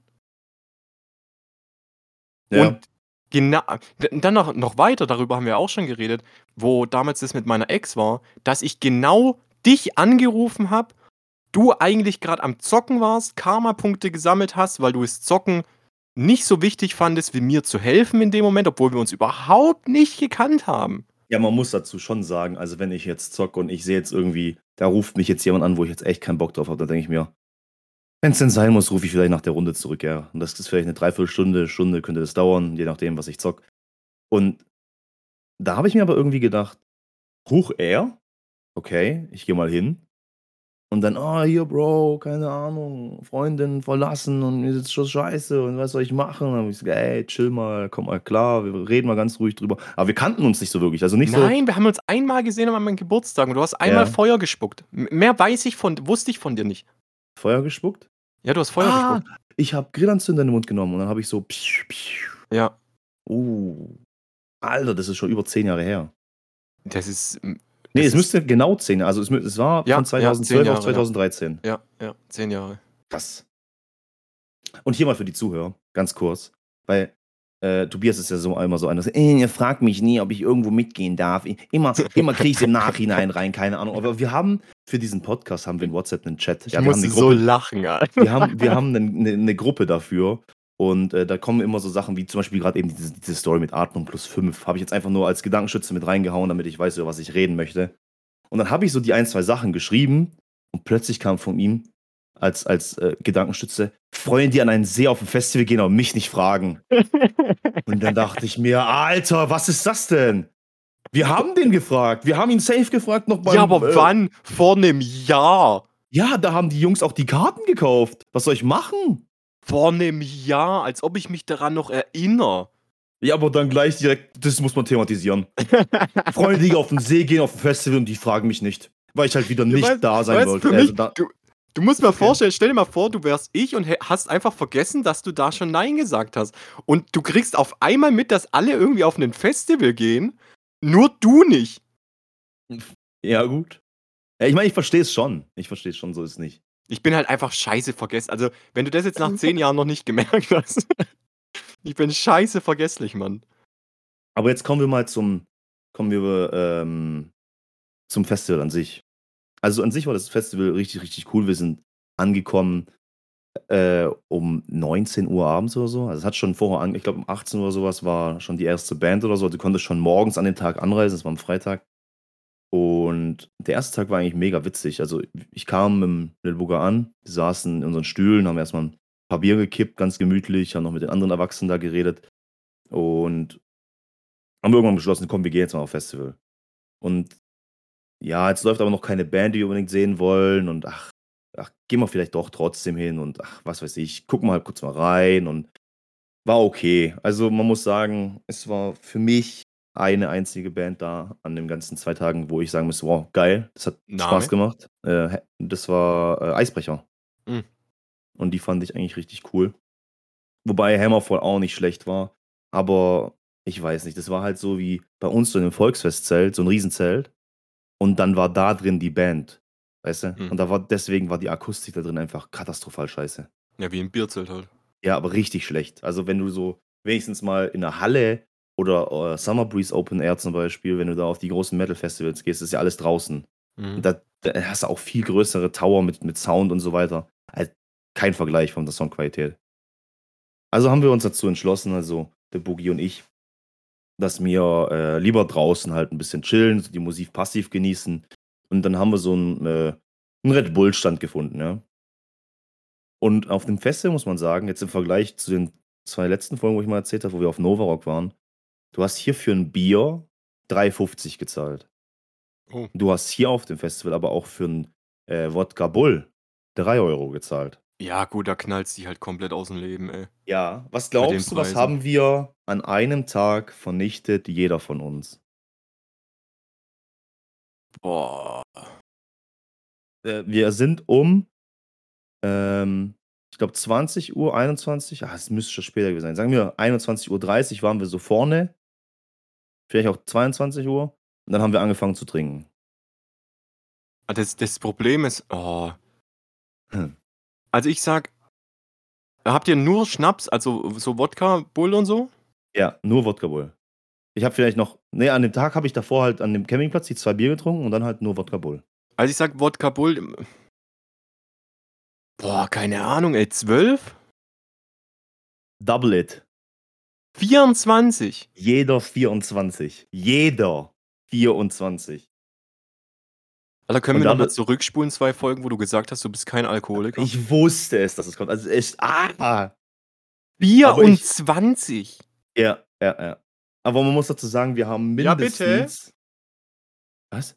[SPEAKER 1] Ja.
[SPEAKER 2] und gena d dann noch noch weiter, darüber haben wir auch schon geredet, wo damals das mit meiner Ex war, dass ich genau dich angerufen habe, du eigentlich grad am Zocken warst, Karmapunkte gesammelt hast, weil du das Zocken nicht so wichtig fandest, wie mir zu helfen in dem Moment, obwohl wir uns überhaupt nicht gekannt haben.
[SPEAKER 1] Ja, man muss dazu schon sagen, also, wenn ich jetzt zocke und ich sehe jetzt irgendwie, da ruft mich jetzt jemand an, wo ich jetzt echt keinen Bock drauf habe, dann denke ich mir: „Wenn's denn sein muss, rufe ich vielleicht nach der Runde zurück“, ja. Und das ist vielleicht 'ne Dreiviertelstunde, Stunde könnte das dauern, je nachdem, was ich zocke. Und da habe ich mir aber irgendwie gedacht: „Huch, er? Okay, ich gehe mal hin.“ Und dann: „Ah, hier, Bro, keine Ahnung, Freundin verlassen und mir ist so scheiße und was soll ich machen?“ Und dann habe ich gesagt: „Ey, chill mal, komm mal klar, wir reden mal ganz ruhig drüber.“ Aber wir kannten uns nicht so wirklich, also nicht so
[SPEAKER 2] Nein, wir haben uns einmal gesehen an meinem Geburtstag und du hast einmal
[SPEAKER 1] Ja.
[SPEAKER 2] Feuer gespuckt. M mehr weiß ich von wusste ich von dir nicht.
[SPEAKER 1] Feuer gespuckt?
[SPEAKER 2] Ja, du hast Feuer
[SPEAKER 1] Ah,
[SPEAKER 2] gespuckt.
[SPEAKER 1] ich habe Grillanzünder in den Mund genommen und dann habe ich so
[SPEAKER 2] Ja.
[SPEAKER 1] Oh. Alter, das ist schon über zehn Jahre her.
[SPEAKER 2] Das ist hm,
[SPEAKER 1] Ne,
[SPEAKER 2] das
[SPEAKER 1] es
[SPEAKER 2] ist
[SPEAKER 1] müsste genau zehn also, es mü es war von
[SPEAKER 2] Ja, ja, zehn
[SPEAKER 1] zweitausendzwölf auf
[SPEAKER 2] Jahre, ja.
[SPEAKER 1] zweitausenddreizehn.
[SPEAKER 2] Ja, ja, zehn Jahre.
[SPEAKER 1] Krass. Und hier mal für die Zuhörer, ganz kurz, weil, äh, Tobias ist ja so immer so einer, so: „Äh, ihr fragt mich nie, ob ich irgendwo mitgehen darf. I immer immer kriege ich's im Nachhinein rein, keine Ahnung." Aber wir haben für diesen Podcast haben wir in WhatsApp 'nen Chat.
[SPEAKER 2] Ich
[SPEAKER 1] Ja, wir haben 'ne
[SPEAKER 2] musste so
[SPEAKER 1] Gruppe
[SPEAKER 2] lachen,
[SPEAKER 1] wir haben wir
[SPEAKER 2] Alter.
[SPEAKER 1] haben 'nen 'ne 'ne Gruppe dafür und, äh, da kommen immer so Sachen wie zum Beispiel grad eben diese diese Story mit Atmung plus fünf habe ich jetzt einfach nur als Gedankenstütze mit reingehauen, damit ich weiß, über was ich reden möchte. Und dann habe ich so die ein, zwei Sachen geschrieben und plötzlich kam von ihm als als, äh, Gedankenstütze: „Freunde, die an einen See auf'm Festival gehen, aber mich nicht fragen." Und dann dachte ich mir: „Alter, was ist das denn? Wir haben den gefragt. Wir haben ihn safe gefragt noch
[SPEAKER 2] Ja,
[SPEAKER 1] beim,
[SPEAKER 2] aber
[SPEAKER 1] äh"
[SPEAKER 2] wann? Vor 'nem Jahr.
[SPEAKER 1] Ja, da haben die Jungs auch die Karten gekauft. Was soll ich machen?
[SPEAKER 2] Vor 'nem Jahr, als ob ich mich daran noch erinnere.
[SPEAKER 1] Ja, aber dann gleich direkt das muss man thematisieren. Freunde, die auf'n See gehen, auf'm Festival und die fragen mich nicht, weil ich halt wieder
[SPEAKER 2] Du
[SPEAKER 1] nicht
[SPEAKER 2] weißt
[SPEAKER 1] da sein
[SPEAKER 2] weißt,
[SPEAKER 1] wollte.
[SPEAKER 2] für
[SPEAKER 1] Also,
[SPEAKER 2] mich
[SPEAKER 1] da
[SPEAKER 2] du du musst mal
[SPEAKER 1] okay.
[SPEAKER 2] vorstellen, stell dir mal vor, du wärst ich und hä hast einfach vergessen, dass du da schon nein gesagt hast. Und du kriegst auf einmal mit, dass alle irgendwie auf 'nen Festival gehen, nur du nicht.
[SPEAKER 1] Ja, gut. Ja, ich meine, ich verstehe es schon. Ich verstehe es schon, so ist es nicht.
[SPEAKER 2] Ich bin halt einfach scheiße vergess also, wenn du das jetzt nach zehn Jahren noch nicht gemerkt hast. Ich bin scheiße vergesslich, Mann.
[SPEAKER 1] Aber jetzt kommen wir mal zum kommen wir, ähm, zum Festival an sich. Also, an sich war das Festival richtig, richtig cool. Wir sind angekommen, äh, um neunzehn Uhr abends oder so. Also, es hat schon vorher an ich glaube, um achtzehn Uhr oder so was war schon die erste Band oder so. Du konntest schon morgens an den Tag anreisen, das war 'n Freitag. Und der erste Tag war eigentlich mega witzig. Also, ich kam mit'm Lil Bugger an, wir saßen in unseren Stühlen, haben erst mal 'n paar Bier gekippt, ganz gemütlich, haben noch mit den anderen Erwachsenen da geredet und haben irgendwann beschlossen: „Komm, wir gehen jetzt mal auf Festival." Und ja, jetzt läuft aber noch keine Band, die wir unbedingt sehen wollen und ach ach, gehen wir vielleicht doch trotzdem hin und ach, was weiß ich, gucken wir halt kurz mal rein und war okay. Also, man muss sagen, es war für mich eine einzige Band da an den ganzen zwei Tagen, wo ich sagen muss: „Wow, geil, das hat Spaß
[SPEAKER 2] Name?
[SPEAKER 1] gemacht." Äh, hä das war, äh, Eisbrecher.
[SPEAKER 2] Hm.
[SPEAKER 1] Und die fand ich eigentlich richtig cool. Wobei Hammerfall auch nicht schlecht war, aber ich weiß nicht, das war halt so wie bei uns so in 'nem Volksfestzelt, so 'n Riesenzelt und dann war da drin die Band, weißt du?
[SPEAKER 2] Hm.
[SPEAKER 1] Und da war deswegen war die Akustik da drin einfach katastrophal scheiße.
[SPEAKER 2] Ja, wie im Bierzelt halt.
[SPEAKER 1] Ja, aber richtig schlecht. Also, wenn du so wenigstens mal in 'ner Halle oder, äh, Summer Breeze Open Air zum Beispiel, wenn du da auf die großen Metal-Festivals gehst, ist ja alles draußen.
[SPEAKER 2] Mhm.
[SPEAKER 1] Und da da hast du auch viel größere Tower mit mit Sound und so weiter. Halt kein Vergleich von der Soundqualität. Also, haben wir uns dazu entschlossen, also der Boogie und ich, dass wir, äh, lieber draußen halt 'n bisschen chillen, so die Musik passiv genießen. Und dann haben wir so 'n, äh 'n Red Bull-Stand gefunden, ja. Und auf dem Festival muss man sagen, jetzt im Vergleich zu den zwei letzten Folgen, wo ich mal erzählt habe, wo wir auf Nova Rock waren, du hast hier für 'n Bier drei fünfzig gezahlt.
[SPEAKER 2] Oh.
[SPEAKER 1] Du hast hier auf dem Festival aber auch für 'n, äh, Wodka Bull drei Euro gezahlt.
[SPEAKER 2] Ja gut, da knallt's dich halt komplett aus'm Leben, ey.
[SPEAKER 1] Ja, was
[SPEAKER 2] Bei den
[SPEAKER 1] glaubst du, was
[SPEAKER 2] Preisen.
[SPEAKER 1] haben wir an einem Tag vernichtet, jeder von uns?
[SPEAKER 2] Boah.
[SPEAKER 1] Äh, wir sind um, ähm, ich glaube zwanzig Uhr, einundzwanzig ah, es müsste schon später gewesen sein. Sagen wir einundzwanzig Uhr dreißig waren wir so vorne vielleicht auch zweiundzwanzig Uhr und dann haben wir angefangen zu trinken.
[SPEAKER 2] Ah, das das Problem ist oh.
[SPEAKER 1] Hm.
[SPEAKER 2] Also, ich sage habt ihr nur Schnaps, also so Wodka Bull und so?
[SPEAKER 1] Ja, nur Wodka Bull. Ich habe vielleicht noch ne, an dem Tag habe ich davor halt an dem Campingplatz die zwei Bier getrunken und dann halt nur Wodka Bull.
[SPEAKER 2] Also, ich sage Wodka Bull im Boah, keine Ahnung, ey, zwölf?
[SPEAKER 1] Double it.
[SPEAKER 2] vierundzwanzig?
[SPEAKER 1] Jeder vierundzwanzig. Jeder vierundzwanzig.
[SPEAKER 2] Alter, können
[SPEAKER 1] Und
[SPEAKER 2] wir noch
[SPEAKER 1] dann
[SPEAKER 2] mal
[SPEAKER 1] be
[SPEAKER 2] zurückspulen zwei Folgen, wo du gesagt hast, du bist kein Alkoholiker?
[SPEAKER 1] Ich wusste es, dass es kommt. Also, echt ah! Aber ich
[SPEAKER 2] vierundzwanzig?
[SPEAKER 1] Ja, ja, ja. Aber man muss dazu sagen, wir haben
[SPEAKER 2] Ja, bitte?
[SPEAKER 1] mindestens Was?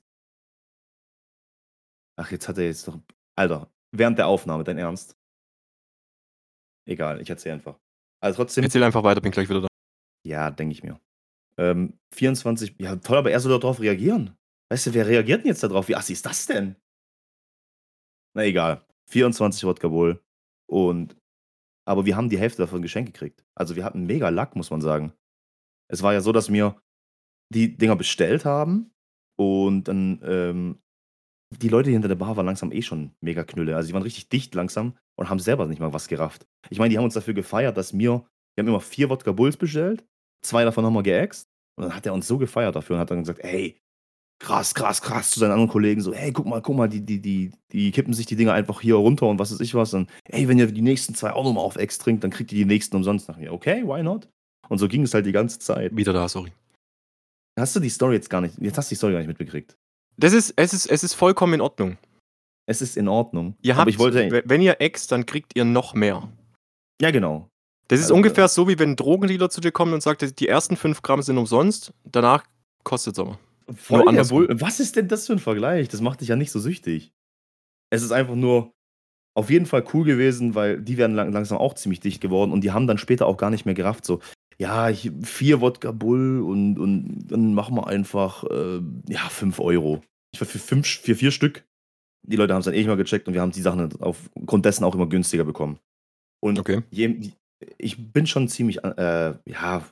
[SPEAKER 1] Ach, jetzt hat er jetzt doch Alter, während der Aufnahme, dein Ernst? Egal, ich erzähle einfach. Also, trotzdem
[SPEAKER 2] Erzähl einfach weiter, bin gleich wieder da.
[SPEAKER 1] Ja, denke ich mir. Ähm, vierundzwanzig ja toll, aber er soll doch drauf reagieren. Weißt du, wer reagiert 'n jetzt da drauf? Wie assi ist das denn? Na egal. vierundzwanzig Wodka Bull und aber wir haben die Hälfte davon geschenkt gekriegt. Also, wir hatten mega Luck, muss man sagen. Es war ja so, dass wir die Dinger bestellt haben und dann, ähm die Leute hinter der Bar waren langsam eh schon mega Knülle. Also, die waren richtig dicht langsam und haben selber nicht mal was gerafft. Ich meine, die haben uns dafür gefeiert, dass wir wir haben immer vier Wodka Bulls bestellt, zwei davon haben wir geäxt und dann hat er uns so gefeiert dafür und hat dann gesagt: „Ey, krass, krass, krass" zu seinen anderen Kollegen so: „Hey, guck mal, guck mal, die die die die kippen sich die Dinger einfach hier runter und was weiß ich was und ey, wenn ihr die nächsten zwei auch noch mal auf Ex trinkt, dann kriegt ihr die nächsten umsonst." Nach mir. „Okay, why not?" Und so ging es halt die ganze Zeit.
[SPEAKER 2] Wieder da, sorry.
[SPEAKER 1] Hast du die Story jetzt gar nicht jetzt hast du die Story gar nicht mitbekriegt.
[SPEAKER 2] Das ist es ist es ist vollkommen in Ordnung.
[SPEAKER 1] Es ist in Ordnung,
[SPEAKER 2] Ihr
[SPEAKER 1] aber ich
[SPEAKER 2] habt
[SPEAKER 1] wollte
[SPEAKER 2] we wenn ihr ext, dann kriegt ihr noch mehr.
[SPEAKER 1] Ja, genau.
[SPEAKER 2] Das ist
[SPEAKER 1] Also,
[SPEAKER 2] ungefähr so, wie wenn 'n Drogendealer zu dir kommt und sagt, die ersten fünf Gramm sind umsonst, danach kostet's aber.
[SPEAKER 1] voll
[SPEAKER 2] Nur
[SPEAKER 1] der
[SPEAKER 2] andersrum.
[SPEAKER 1] Bull was ist denn das für 'n Vergleich? Das macht dich ja nicht so süchtig. Es ist einfach nur auf jeden Fall cool gewesen, weil die wären lang langsam auch ziemlich dicht geworden und die haben dann später auch gar nicht mehr gerafft, so: „Ja, ich vier Wodka Bull und und dann machen wir einfach, äh, ja, fünf Euro." Ich war für fünf für vier Stück. Die Leute haben's dann eh nicht mehr gecheckt und wir haben die Sachen dann aufgrund dessen auch immer günstiger bekommen. Und
[SPEAKER 2] Okay.
[SPEAKER 1] je ich bin schon ziemlich, äh, ja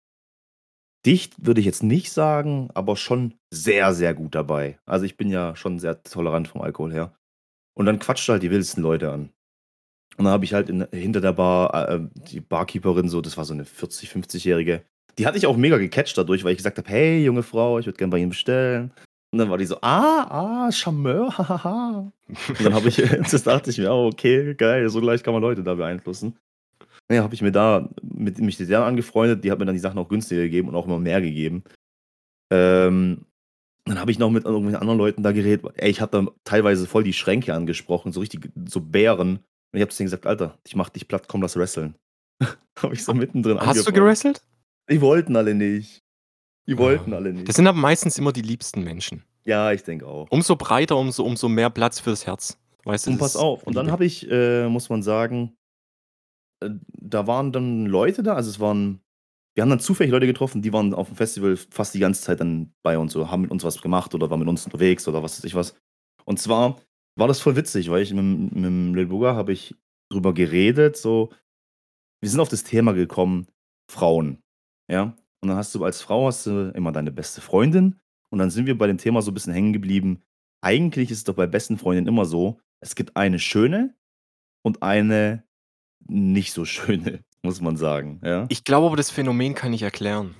[SPEAKER 1] dicht würde ich jetzt nicht sagen, aber schon sehr, sehr gut dabei. Also, ich bin ja schon sehr tolerant vom Alkohol her. Und dann quatscht du halt die wildesten Leute an. Und dann habe ich halt in hinter der Bar, äh, die Barkeeperin so, das war so 'ne vierzig, fünfzigjährige, die hatte ich auch mega gecatcht dadurch, weil ich gesagt habe: „Hey, junge Frau, ich würde gern bei Ihnen bestellen." Und dann war die so: „Ah, ah, Charmeur, ha, ha, ha." Und dann habe ich das dachte ich mir: „Oh, okay, geil, so leicht kann man Leute da beeinflussen." Na ja, habe ich mir da mit mich mit der angefreundet, die hat mir dann die Sachen auch günstiger gegeben und auch immer mehr gegeben. Ähm, dann habe ich noch mit irgendwelchen anderen Leuten da geredet. Ey, ich habe dann teilweise voll die Schränke angesprochen, so richtig so Bären. Und ich habe zu denen gesagt: „Alter, ich mache dich platt, komm, lass wresteln." Habe ich so mittendrin
[SPEAKER 2] Hast du
[SPEAKER 1] angefangen.
[SPEAKER 2] gewrestelt?
[SPEAKER 1] Die wollten alle nicht. Die
[SPEAKER 2] Ah,
[SPEAKER 1] wollten alle
[SPEAKER 2] das
[SPEAKER 1] nicht.
[SPEAKER 2] sind aber meistens immer die liebsten Menschen.
[SPEAKER 1] Ja, ich denke auch.
[SPEAKER 2] Umso breiter, umso umso mehr Platz fürs Herz. Weißt du,
[SPEAKER 1] Und
[SPEAKER 2] das
[SPEAKER 1] pass
[SPEAKER 2] ist
[SPEAKER 1] auf, und dann
[SPEAKER 2] Liebe.
[SPEAKER 1] habe ich, äh, muss man sagen äh, da waren dann Leute da, also es waren wir haben dann zufällig Leute getroffen, die waren aufm Festival fast die ganze Zeit dann bei uns so, haben mit uns was gemacht oder waren mit uns unterwegs oder was weiß ich was. Und zwar war das voll witzig, weil ich mit mit'm Lil Bugger habe ich drüber geredet, so wir sind auf das Thema gekommen, Frauen, ja? Und dann hast du als Frau hast du immer deine beste Freundin und dann sind wir bei dem Thema so 'n bisschen hängen geblieben. Eigentlich ist es doch bei besten Freundinnen immer so, es gibt eine schöne und eine nicht so schöne, muss man sagen, ja?
[SPEAKER 2] Ich glaube aber, das Phänomen kann ich erklären.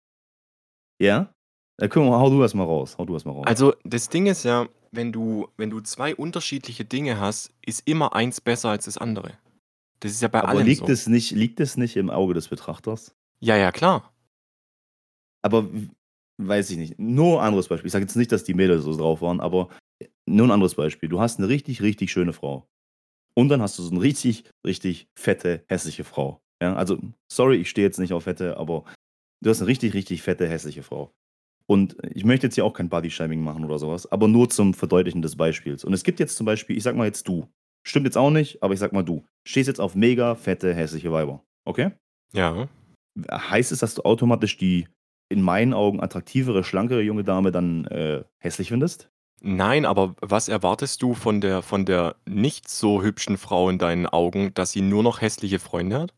[SPEAKER 1] Ja? Ja, guck mal, hau du erst mal raus. Hau du erst mal raus.
[SPEAKER 2] Also, das Ding ist ja, wenn du wenn du zwei unterschiedliche Dinge hast, ist immer eins besser als das andere. Das ist ja bei
[SPEAKER 1] Aber
[SPEAKER 2] allem
[SPEAKER 1] liegt
[SPEAKER 2] so.
[SPEAKER 1] es nicht liegt es nicht im Auge des Betrachters?
[SPEAKER 2] Ja, ja, klar.
[SPEAKER 1] Aber w weiß ich nicht. Nur anderes Beispiel. Ich sage jetzt nicht, dass die Mädels so drauf waren, aber nur 'n anderes Beispiel. Du hast 'ne richtig, richtig schöne Frau. Und dann hast du so 'ne richtig, richtig fette, hässliche Frau. Ja, also, sorry, ich stehe jetzt nicht auf Fette, aber du hast 'ne richtig, richtig fette, hässliche Frau. Und ich möchte jetzt hier auch kein Bodyshaming machen oder so was, aber nur zum Verdeutlichen des Beispiels. Und es gibt jetzt zum Beispiel ich sage mal jetzt du. Stimmt jetzt auch nicht, aber ich sage mal du. Stehst jetzt auf mega fette, hässliche Weiber, okay?
[SPEAKER 2] Ja.
[SPEAKER 1] Heißt es, dass du automatisch die in meinen Augen attraktivere, schlankere junge Dame dann, äh, hässlich findest?
[SPEAKER 2] Nein, aber was erwartest du von der von der nicht so hübschen Frau in deinen Augen, dass sie nur noch hässliche Freunde hat?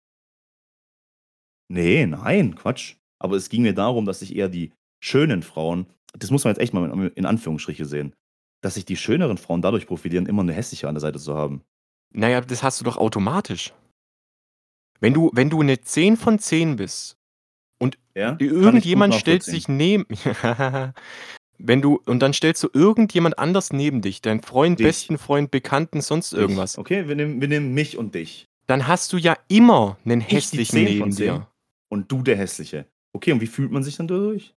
[SPEAKER 1] Ne, nein, Quatsch. Aber es ging mir darum, dass ich eher die schönen Frauen das muss man jetzt echt mal in in Anführungsstriche sehen, dass sich die schöneren Frauen dadurch profilieren, immer 'ne hässliche an der Seite zu haben.
[SPEAKER 2] Na ja, das hast du doch automatisch. Wenn du wenn du 'ne zehn von zehn bist und
[SPEAKER 1] Ja, kann ich gut
[SPEAKER 2] irgendjemand stellt
[SPEAKER 1] nachvollziehen.
[SPEAKER 2] sich neben wenn du und dann stellst du irgendjemand anders neben dich, deinen Freund,
[SPEAKER 1] Dich.
[SPEAKER 2] besten Freund, Bekannten, sonst
[SPEAKER 1] Dich.
[SPEAKER 2] irgendwas
[SPEAKER 1] Okay, wir nehmen wir nehmen mich und dich.
[SPEAKER 2] dann hast du ja immer 'nen
[SPEAKER 1] Ich die
[SPEAKER 2] hässlichen
[SPEAKER 1] zehn von
[SPEAKER 2] neben
[SPEAKER 1] zehn
[SPEAKER 2] dir.
[SPEAKER 1] und du der Hässliche. Okay, und wie fühlt man sich dann dadurch?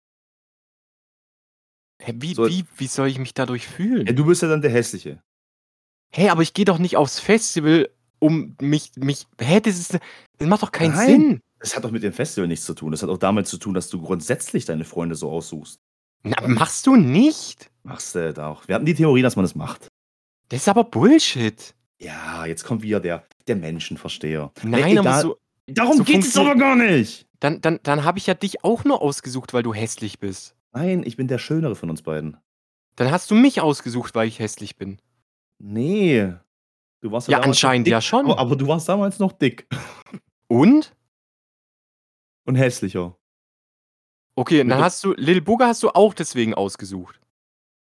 [SPEAKER 2] Hä, wie
[SPEAKER 1] So
[SPEAKER 2] wie wie soll ich mich dadurch
[SPEAKER 1] Ja,
[SPEAKER 2] fühlen?
[SPEAKER 1] du bist ja dann der Hässliche.
[SPEAKER 2] Hä, aber ich gehe doch nicht aufs Festival, um mich mich hä, das ist das macht doch keinen
[SPEAKER 1] Nein,
[SPEAKER 2] Sinn.
[SPEAKER 1] das hat doch mit dem Festival nichts zu tun. Das hat auch damit zu tun, dass du grundsätzlich deine Freunde so aussuchst.
[SPEAKER 2] Na, machst du nicht?
[SPEAKER 1] Machst du doch. Wir hatten die Theorie, dass man das macht.
[SPEAKER 2] Das ist aber Bullshit.
[SPEAKER 1] Ja, jetzt kommt wieder der der Menschenversteher. Ne,
[SPEAKER 2] Nein, aber
[SPEAKER 1] egal.
[SPEAKER 2] so
[SPEAKER 1] Darum
[SPEAKER 2] so
[SPEAKER 1] geht es
[SPEAKER 2] funktioniert
[SPEAKER 1] aber gar nicht!
[SPEAKER 2] dann dann dann habe ich ja dich auch nur ausgesucht, weil du hässlich bist.
[SPEAKER 1] Nein, ich bin der Schönere von uns beiden.
[SPEAKER 2] Dann hast du mich ausgesucht, weil ich hässlich bin.
[SPEAKER 1] Ne, du warst ja
[SPEAKER 2] Ja,
[SPEAKER 1] damals noch
[SPEAKER 2] anscheinend
[SPEAKER 1] dick,
[SPEAKER 2] ja
[SPEAKER 1] aber
[SPEAKER 2] schon.
[SPEAKER 1] aber du warst damals noch dick.
[SPEAKER 2] Und?
[SPEAKER 1] Und hässlicher.
[SPEAKER 2] Okay, und
[SPEAKER 1] Mit
[SPEAKER 2] dann
[SPEAKER 1] 'nem
[SPEAKER 2] hast du Lil Bugger hast du auch deswegen ausgesucht?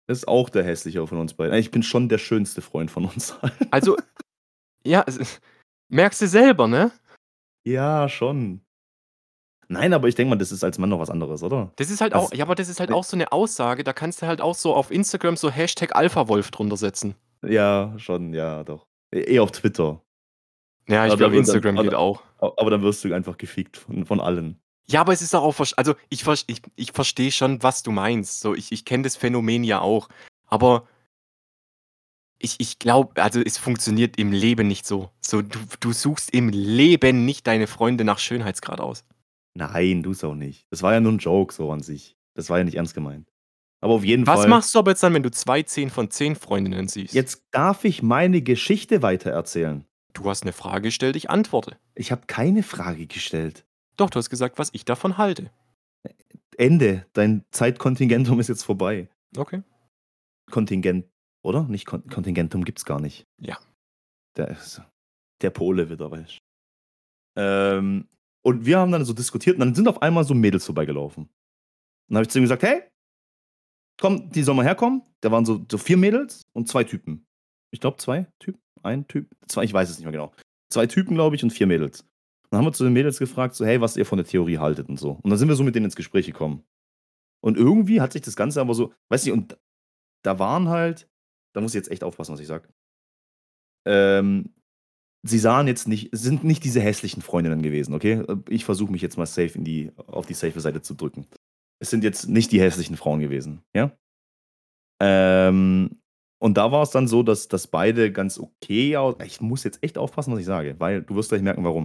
[SPEAKER 1] Ist auch der hässlichere von uns beiden. Ich bin schon der schönste Freund von uns allen.
[SPEAKER 2] Also, ja, es ist merkst du selber, ne?
[SPEAKER 1] Ja, schon. Nein, aber ich denke mal, das ist als Mann noch was anderes, oder?
[SPEAKER 2] Das ist halt auch
[SPEAKER 1] Also,
[SPEAKER 2] ja, aber das ist halt
[SPEAKER 1] ne
[SPEAKER 2] auch so 'ne Aussage, da kannst du halt auch so auf Instagram so Hashtag Alphawolf drunter setzen.
[SPEAKER 1] Ja, schon, ja, doch. E eher auf Twitter.
[SPEAKER 2] Ja, ich
[SPEAKER 1] Aber da
[SPEAKER 2] glaube,
[SPEAKER 1] wird dann
[SPEAKER 2] Instagram geht
[SPEAKER 1] aber
[SPEAKER 2] auch.
[SPEAKER 1] aber dann wirst du einfach gefickt von von allen.
[SPEAKER 2] Ja, aber es ist doch auch versch also, ich versch ich ich verstehe schon, was du meinst. So, ich ich kenne das Phänomen ja auch. Aber ich ich glaube also, es funktioniert im Leben nicht so. So, du du suchst im Leben nicht deine Freunde nach Schönheitsgrad aus.
[SPEAKER 1] Nein, tust auch nicht. Das war ja nur 'n Joke so an sich. Das war ja nicht ernst gemeint. Aber auf jeden
[SPEAKER 2] Was
[SPEAKER 1] Fall
[SPEAKER 2] machst du aber jetzt dann, wenn du zwei zehn von zehn Freundinnen siehst?
[SPEAKER 1] Jetzt darf ich meine Geschichte weitererzählen.
[SPEAKER 2] Du hast 'ne Frage gestellt, ich antworte.
[SPEAKER 1] Ich habe keine Frage gestellt.
[SPEAKER 2] Doch, du hast gesagt, was ich davon halte.
[SPEAKER 1] Ende. Dein Zeitkontingentum ist jetzt vorbei.
[SPEAKER 2] Okay.
[SPEAKER 1] Kontingent, oder? Nicht Kon Kontingentum gibt's gar nicht.
[SPEAKER 2] Ja.
[SPEAKER 1] Der ist der Pole wieder, weißt. Ähm, und wir haben dann so diskutiert und dann sind auf einmal so Mädels vorbeigelaufen. Dann habe ich zu ihm gesagt: „Hey, komm, die sollen mal herkommen.“ Da waren so so vier Mädels und zwei Typen. Ich glaube zwei Typen, ein Typ, zwei, ich weiß es nicht mehr genau. zwei Typen, glaube ich, und vier Mädels. Dann haben wir zu den Mädels gefragt, so: „Hey, was ihr von der Theorie haltet“ und so. Und dann sind wir so mit denen ins Gespräch gekommen. Und irgendwie hat sich das Ganze aber so weißt du, und da waren halt da muss ich jetzt echt aufpassen, was ich sage. Ähm, sie sahen jetzt nicht sind nicht diese hässlichen Freundinnen gewesen, okay? Äh, ich versuche mich jetzt mal safe in die auf die safe Seite zu drücken. Es sind jetzt nicht die hässlichen Frauen gewesen, ja? Ähm, und da war's dann so, dass dass beide ganz okay au ich muss jetzt echt aufpassen, was ich sage, weil du wirst gleich merken, warum.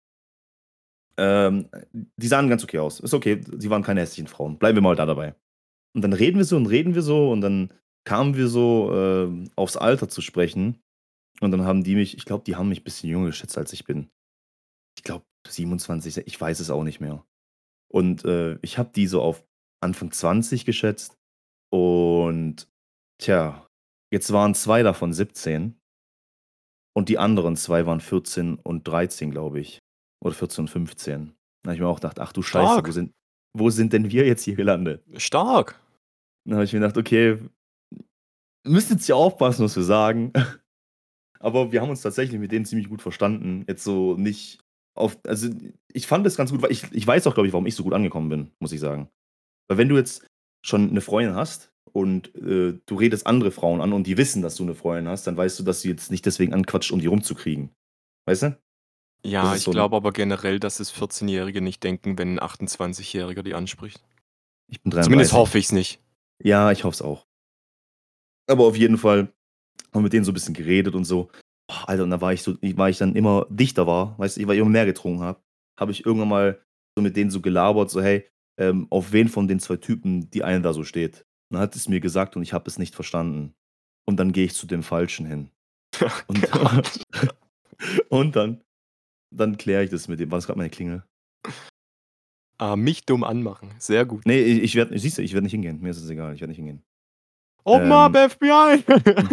[SPEAKER 1] Ähm, die sahen ganz okay aus. Ist okay, sie waren keine hässlichen Frauen. Bleiben wir mal da dabei. Und dann reden wir so und reden wir so und dann kamen wir so, ähm, aufs Alter zu sprechen. Und dann haben die mich ich glaube, die haben mich bisschen jünger geschätzt, als ich bin. Ich glaube siebenundzwanzig, ich weiß es auch nicht mehr. Und, äh, ich habe die so auf Anfang zwanzig geschätzt und tja, jetzt waren zwei davon siebzehn und die anderen zwei waren vierzehn und dreizehn, glaube ich. Oder vierzehn und fünfzehn. Da habe ich mir auch gedacht: „Ach du Scheiße, wo
[SPEAKER 2] Stark.
[SPEAKER 1] sind wo sind denn wir jetzt hier gelandet?“
[SPEAKER 2] Stark.
[SPEAKER 1] Dann habe ich mir gedacht: „Okay, müssen jetzt hier aufpassen, was wir sagen.“ Aber wir haben uns tatsächlich mit denen ziemlich gut verstanden. Jetzt so nicht auf also, ich fand das ganz gut, weil ich ich weiß auch, glaube ich, warum ich so gut angekommen bin, muss ich sagen. Weil wenn du jetzt schon 'ne Freundin hast und, äh, du redest andere Frauen an und die wissen, dass du 'ne Freundin hast, dann weißt du, dass du jetzt nicht deswegen anquatscht, um die rumzukriegen. Weißt du? Das
[SPEAKER 2] Ja,
[SPEAKER 1] ist
[SPEAKER 2] ich
[SPEAKER 1] so 'n
[SPEAKER 2] glaube aber generell, dass es Vierzehnjährige nicht denken, wenn 'n Achtundzwanzigjähriger die anspricht.
[SPEAKER 1] Ich bin
[SPEAKER 2] Zumindest
[SPEAKER 1] dreiunddreißig.
[SPEAKER 2] hoffe ich's nicht.
[SPEAKER 1] Ja, ich hoffe es auch. Aber auf jeden Fall haben wir mit denen so 'n bisschen geredet und so. Boah, Alter, und da war ich so war ich dann immer dichter war, weißt du, weil ich immer mehr getrunken habe, habe ich irgendwann mal so mit denen so gelabert, so: „Hey, ähm, auf wen von den zwei Typen die eine da so steht.“ Und dann hat sie's mir gesagt und ich habe es nicht verstanden. Und dann gehe ich zu dem Falschen hin.
[SPEAKER 2] Ach
[SPEAKER 1] Und
[SPEAKER 2] Gott.
[SPEAKER 1] und dann dann kläre ich das mit dem war das grad meine Klingel?
[SPEAKER 2] Ah, mich dumm anmachen. Sehr gut.
[SPEAKER 1] Ne, i ich werde siehst du, ich werde nicht hingehen. Mir ist es egal, ich werde nicht hingehen.
[SPEAKER 2] Open up
[SPEAKER 1] Ähm
[SPEAKER 2] FBI.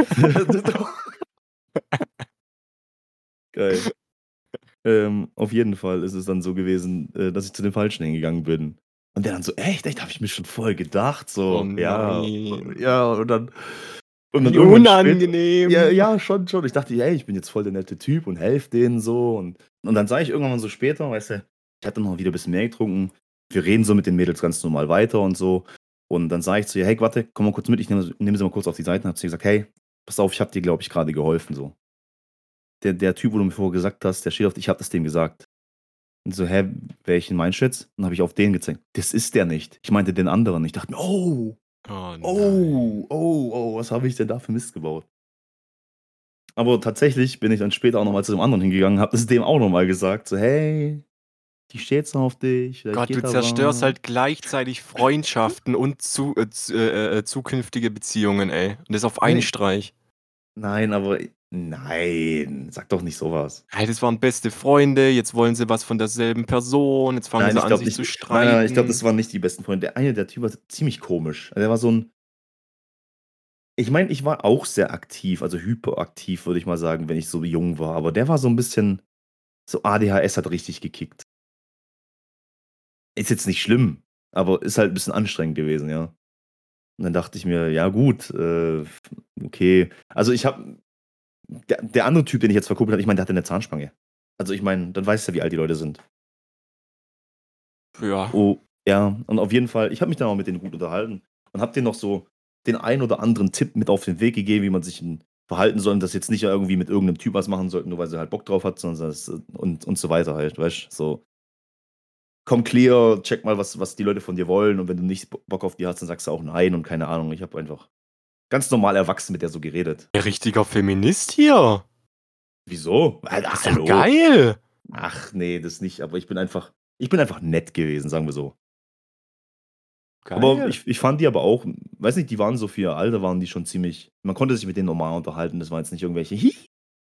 [SPEAKER 1] Geil. Ähm, auf jeden Fall ist es dann so gewesen, äh, dass ich zu dem Falschen hingegangen bin. Und der dann so: „Echt, echt?“ Habe ich mir schon voll gedacht,
[SPEAKER 2] Oh
[SPEAKER 1] so, ja,
[SPEAKER 2] nein.
[SPEAKER 1] ja, und dann und dann
[SPEAKER 2] Wie
[SPEAKER 1] irgendwann später ja,
[SPEAKER 2] unangenehm.
[SPEAKER 1] ja, schon, schon. Ich dachte: „Ey, ich bin jetzt voll der nette Typ und helfe denen so“ und und dann sage ich irgendwann mal so später, weißt du ich hatte noch wieder bisschen mehr getrunken. Wir reden so mit den Mädels ganz normal weiter und so. Und dann sage ich zu ihr: „Hey, warte, komm mal kurz mit, ich nehme nehme sie mal kurz auf die Seite“ und habe zu ihr gesagt: „Hey, pass auf, ich habe dir, glaube ich, grade geholfen so.“ „Der der Typ, wo du mir vorher gesagt hast, der steht auf dich, ich habe das dem gesagt.“ Und so: „Hä, welchen meinst du jetzt?“ Dann habe ich auf den gezeigt. „Das ist der nicht. Ich meinte den anderen.“ Ich dachte mir: „Oh,
[SPEAKER 2] Oh
[SPEAKER 1] oh,
[SPEAKER 2] nein.
[SPEAKER 1] oh, oh, was habe ich denn da für Mist gebaut?“ Aber tatsächlich bin ich dann später auch noch mal zu dem anderen hingegangen, habe das dem auch noch mal gesagt, so: „Hey, die steht so auf dich, vielleicht
[SPEAKER 2] Gott, du
[SPEAKER 1] geht da
[SPEAKER 2] zerstörst
[SPEAKER 1] was.“
[SPEAKER 2] halt gleichzeitig Freundschaften und zu äh, z äh, äh, zukünftige Beziehungen, ey. Und das auf einen
[SPEAKER 1] Ne.
[SPEAKER 2] Streich.
[SPEAKER 1] Nein, aber nein, sag doch nicht so was.
[SPEAKER 2] Hey, das waren beste Freunde, jetzt wollen sie was von derselben Person, jetzt fangen
[SPEAKER 1] Nein,
[SPEAKER 2] sie
[SPEAKER 1] ich
[SPEAKER 2] an,
[SPEAKER 1] glaube
[SPEAKER 2] sich
[SPEAKER 1] nicht
[SPEAKER 2] zu
[SPEAKER 1] nein, nein, nein, ich glaube,
[SPEAKER 2] streiten.
[SPEAKER 1] das waren nicht die besten Freunde. Der eine, der Typ war ziemlich komisch. Der war so 'n Ich meine, ich war auch sehr aktiv, also hyperaktiv, würde ich mal sagen, wenn ich so jung war, aber der war so 'n bisschen so ADHS hat richtig gekickt. Ist jetzt nicht schlimm, aber ist halt 'n bisschen anstrengend gewesen, ja. Und dann dachte ich mir, ja gut, äh, okay. Also ich habe, der, der andere Typ, den ich jetzt verkuppelt habe, ich meine, der hatte eine Zahnspange. Also ich meine, dann weißt du ja, wie alt die Leute sind.
[SPEAKER 2] Ja.
[SPEAKER 1] Oh, ja, und auf jeden Fall, ich habe mich dann auch mit denen gut unterhalten und habe denen noch so den ein oder anderen Tipp mit auf den Weg gegeben, wie man sich in, verhalten soll und das jetzt nicht irgendwie mit irgendeinem Typ was machen sollten, nur weil sie halt Bock drauf hat, sondern das, und, und so weiter halt, weißt du, so. Komm clear, check mal, was, was die Leute von dir wollen und wenn du nicht Bock auf die hast, dann sagst du auch nein und keine Ahnung. Ich habe einfach ganz normal erwachsen mit der so geredet.
[SPEAKER 2] Ein richtiger Feminist hier.
[SPEAKER 1] Wieso? Äh,
[SPEAKER 2] Das ist doch
[SPEAKER 1] hallo?
[SPEAKER 2] geil.
[SPEAKER 1] Ach nee, das nicht, aber ich bin einfach, ich bin einfach nett gewesen, sagen wir so. Aber
[SPEAKER 2] Geil.
[SPEAKER 1] ich, ich fand die aber auch, weiß nicht, die waren so für ihr Alter, waren die schon ziemlich, man konnte sich mit denen normal unterhalten, das waren jetzt nicht irgendwelche, hi,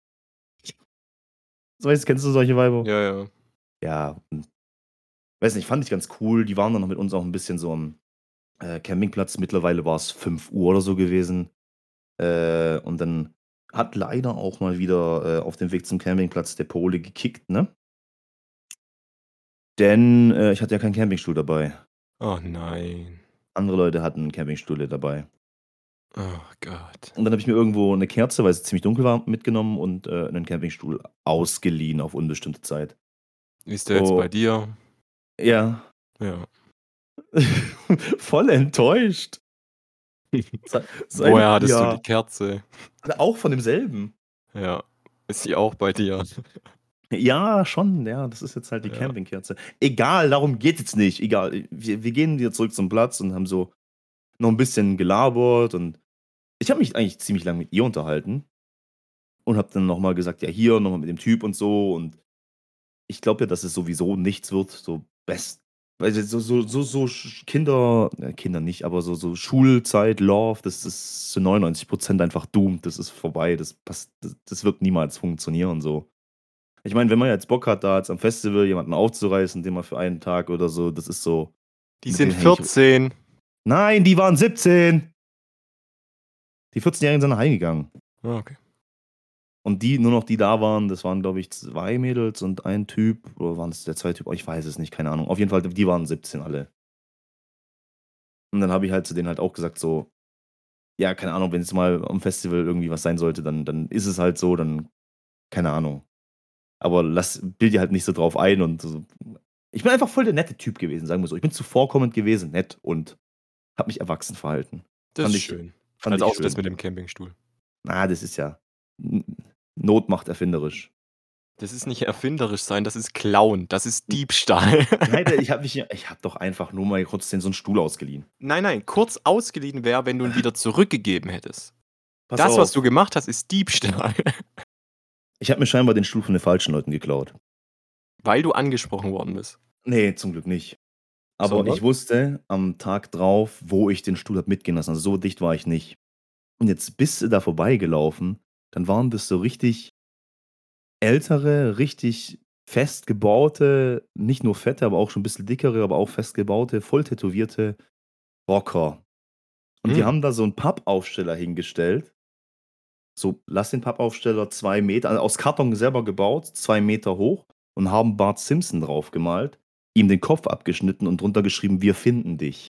[SPEAKER 1] so weißt, kennst du solche Weiber?
[SPEAKER 2] Ja, ja.
[SPEAKER 1] Ja, und, weiß nicht, fand ich ganz cool, die waren dann noch mit uns auch ein bisschen so am äh, Campingplatz, mittlerweile war es fünf Uhr oder so gewesen, äh, und dann hat leider auch mal wieder äh, auf dem Weg zum Campingplatz der Pole gekickt, ne? Denn äh, ich hatte ja keinen Campingstuhl dabei.
[SPEAKER 2] Oh nein.
[SPEAKER 1] Andere Leute hatten Campingstühle dabei.
[SPEAKER 2] Oh Gott.
[SPEAKER 1] Und dann habe ich mir irgendwo eine Kerze, weil es ziemlich dunkel war, mitgenommen und äh, 'nen Campingstuhl ausgeliehen auf unbestimmte Zeit.
[SPEAKER 2] Ist der jetzt bei
[SPEAKER 1] Oh,
[SPEAKER 2] dir?
[SPEAKER 1] ja.
[SPEAKER 2] Ja.
[SPEAKER 1] Voll enttäuscht. Sei
[SPEAKER 2] Woher
[SPEAKER 1] sein
[SPEAKER 2] hattest du die
[SPEAKER 1] ja,
[SPEAKER 2] Kerze?
[SPEAKER 1] auch von demselben.
[SPEAKER 2] Ja. Ist sie auch bei dir?
[SPEAKER 1] Ja, schon, ja, das ist jetzt halt die
[SPEAKER 2] Ja.
[SPEAKER 1] Campingkerze. Egal, darum geht jetzt nicht. Egal. Wir wir gehen wieder zurück zum Platz und haben so noch 'n bisschen gelabert und ich habe mich eigentlich ziemlich lang mit ihr unterhalten und habe dann noch mal gesagt: „Ja, hier noch mal mit dem Typ und so“ und ich glaube ja, dass es sowieso nichts wird, so best weil so so so so Sch Kinder äh, Kinder nicht, aber so so Schulzeit, Love, das ist zu neunundneunzig einfach doomed. Das ist vorbei. Das passt das das wird niemals funktionieren so. Ich meine, wenn man jetzt Bock hat, da jetzt am Festival jemanden aufzureißen, den mal für einen Tag oder so, das ist so
[SPEAKER 2] Die
[SPEAKER 1] mit
[SPEAKER 2] sind
[SPEAKER 1] denen hänge ich
[SPEAKER 2] vierzehn.
[SPEAKER 1] nein, die waren siebzehn. Die vierzehnjährigen sind nach Hause gegangen.
[SPEAKER 2] Ah, okay.
[SPEAKER 1] Und die nur noch die da waren, das waren, glaube ich, zwei Mädels und ein Typ oder waren es der zwei Typ? Oh, ich weiß es nicht, keine Ahnung. Auf jeden Fall, die waren siebzehn alle. Und dann habe ich halt zu denen halt auch gesagt so: „Ja, keine Ahnung, wenn jetzt mal am Festival irgendwie was sein sollte, dann dann ist es halt so, dann keine Ahnung. Aber lass bild dir halt nicht so drauf ein und so.“ Ich bin einfach voll der nette Typ gewesen, sagen wir so. Ich bin zuvorkommend gewesen, nett und habe mich erwachsen verhalten.
[SPEAKER 2] Das ist
[SPEAKER 1] Fand ich
[SPEAKER 2] schön.
[SPEAKER 1] fand
[SPEAKER 2] Also
[SPEAKER 1] ich
[SPEAKER 2] außer das
[SPEAKER 1] schön.
[SPEAKER 2] mit dem Campingstuhl.
[SPEAKER 1] Na, das ist ja N Not macht erfinderisch.
[SPEAKER 2] Das ist nicht erfinderisch sein, das ist Klauen, das ist Diebstahl.
[SPEAKER 1] Nein, ich habe mich ja ich habe doch einfach nur mal kurz den so 'n Stuhl ausgeliehen.
[SPEAKER 2] Nein, nein, kurz ausgeliehen wäre, wenn du ihn wieder zurückgegeben hättest.
[SPEAKER 1] Pass
[SPEAKER 2] Das, was du
[SPEAKER 1] auf,
[SPEAKER 2] gemacht hast, ist Diebstahl,
[SPEAKER 1] ich habe mir scheinbar den Stuhl von den falschen Leuten geklaut.
[SPEAKER 2] weil du angesprochen worden bist.
[SPEAKER 1] Ne, zum Glück nicht. Aber
[SPEAKER 2] Sondern?
[SPEAKER 1] ich wusste am Tag drauf, wo ich den Stuhl habe mitgehen lassen. Also, so dicht war ich nicht. Und jetzt bist du da vorbeigelaufen, dann waren das so richtig ältere, richtig fest gebaute, nicht nur fette, aber auch schon 'n bisschen dickere, aber auch fest gebaute, voll tätowierte Rocker. Und die
[SPEAKER 2] Hm,
[SPEAKER 1] haben da so 'n Pappaufsteller hingestellt. So, lass den Pappaufsteller zwei Meter also aus Karton selber gebaut, zwei Meter hoch und haben Bart Simpson draufgemalt, ihm den Kopf abgeschnitten und drunter geschrieben: „Wir finden dich.“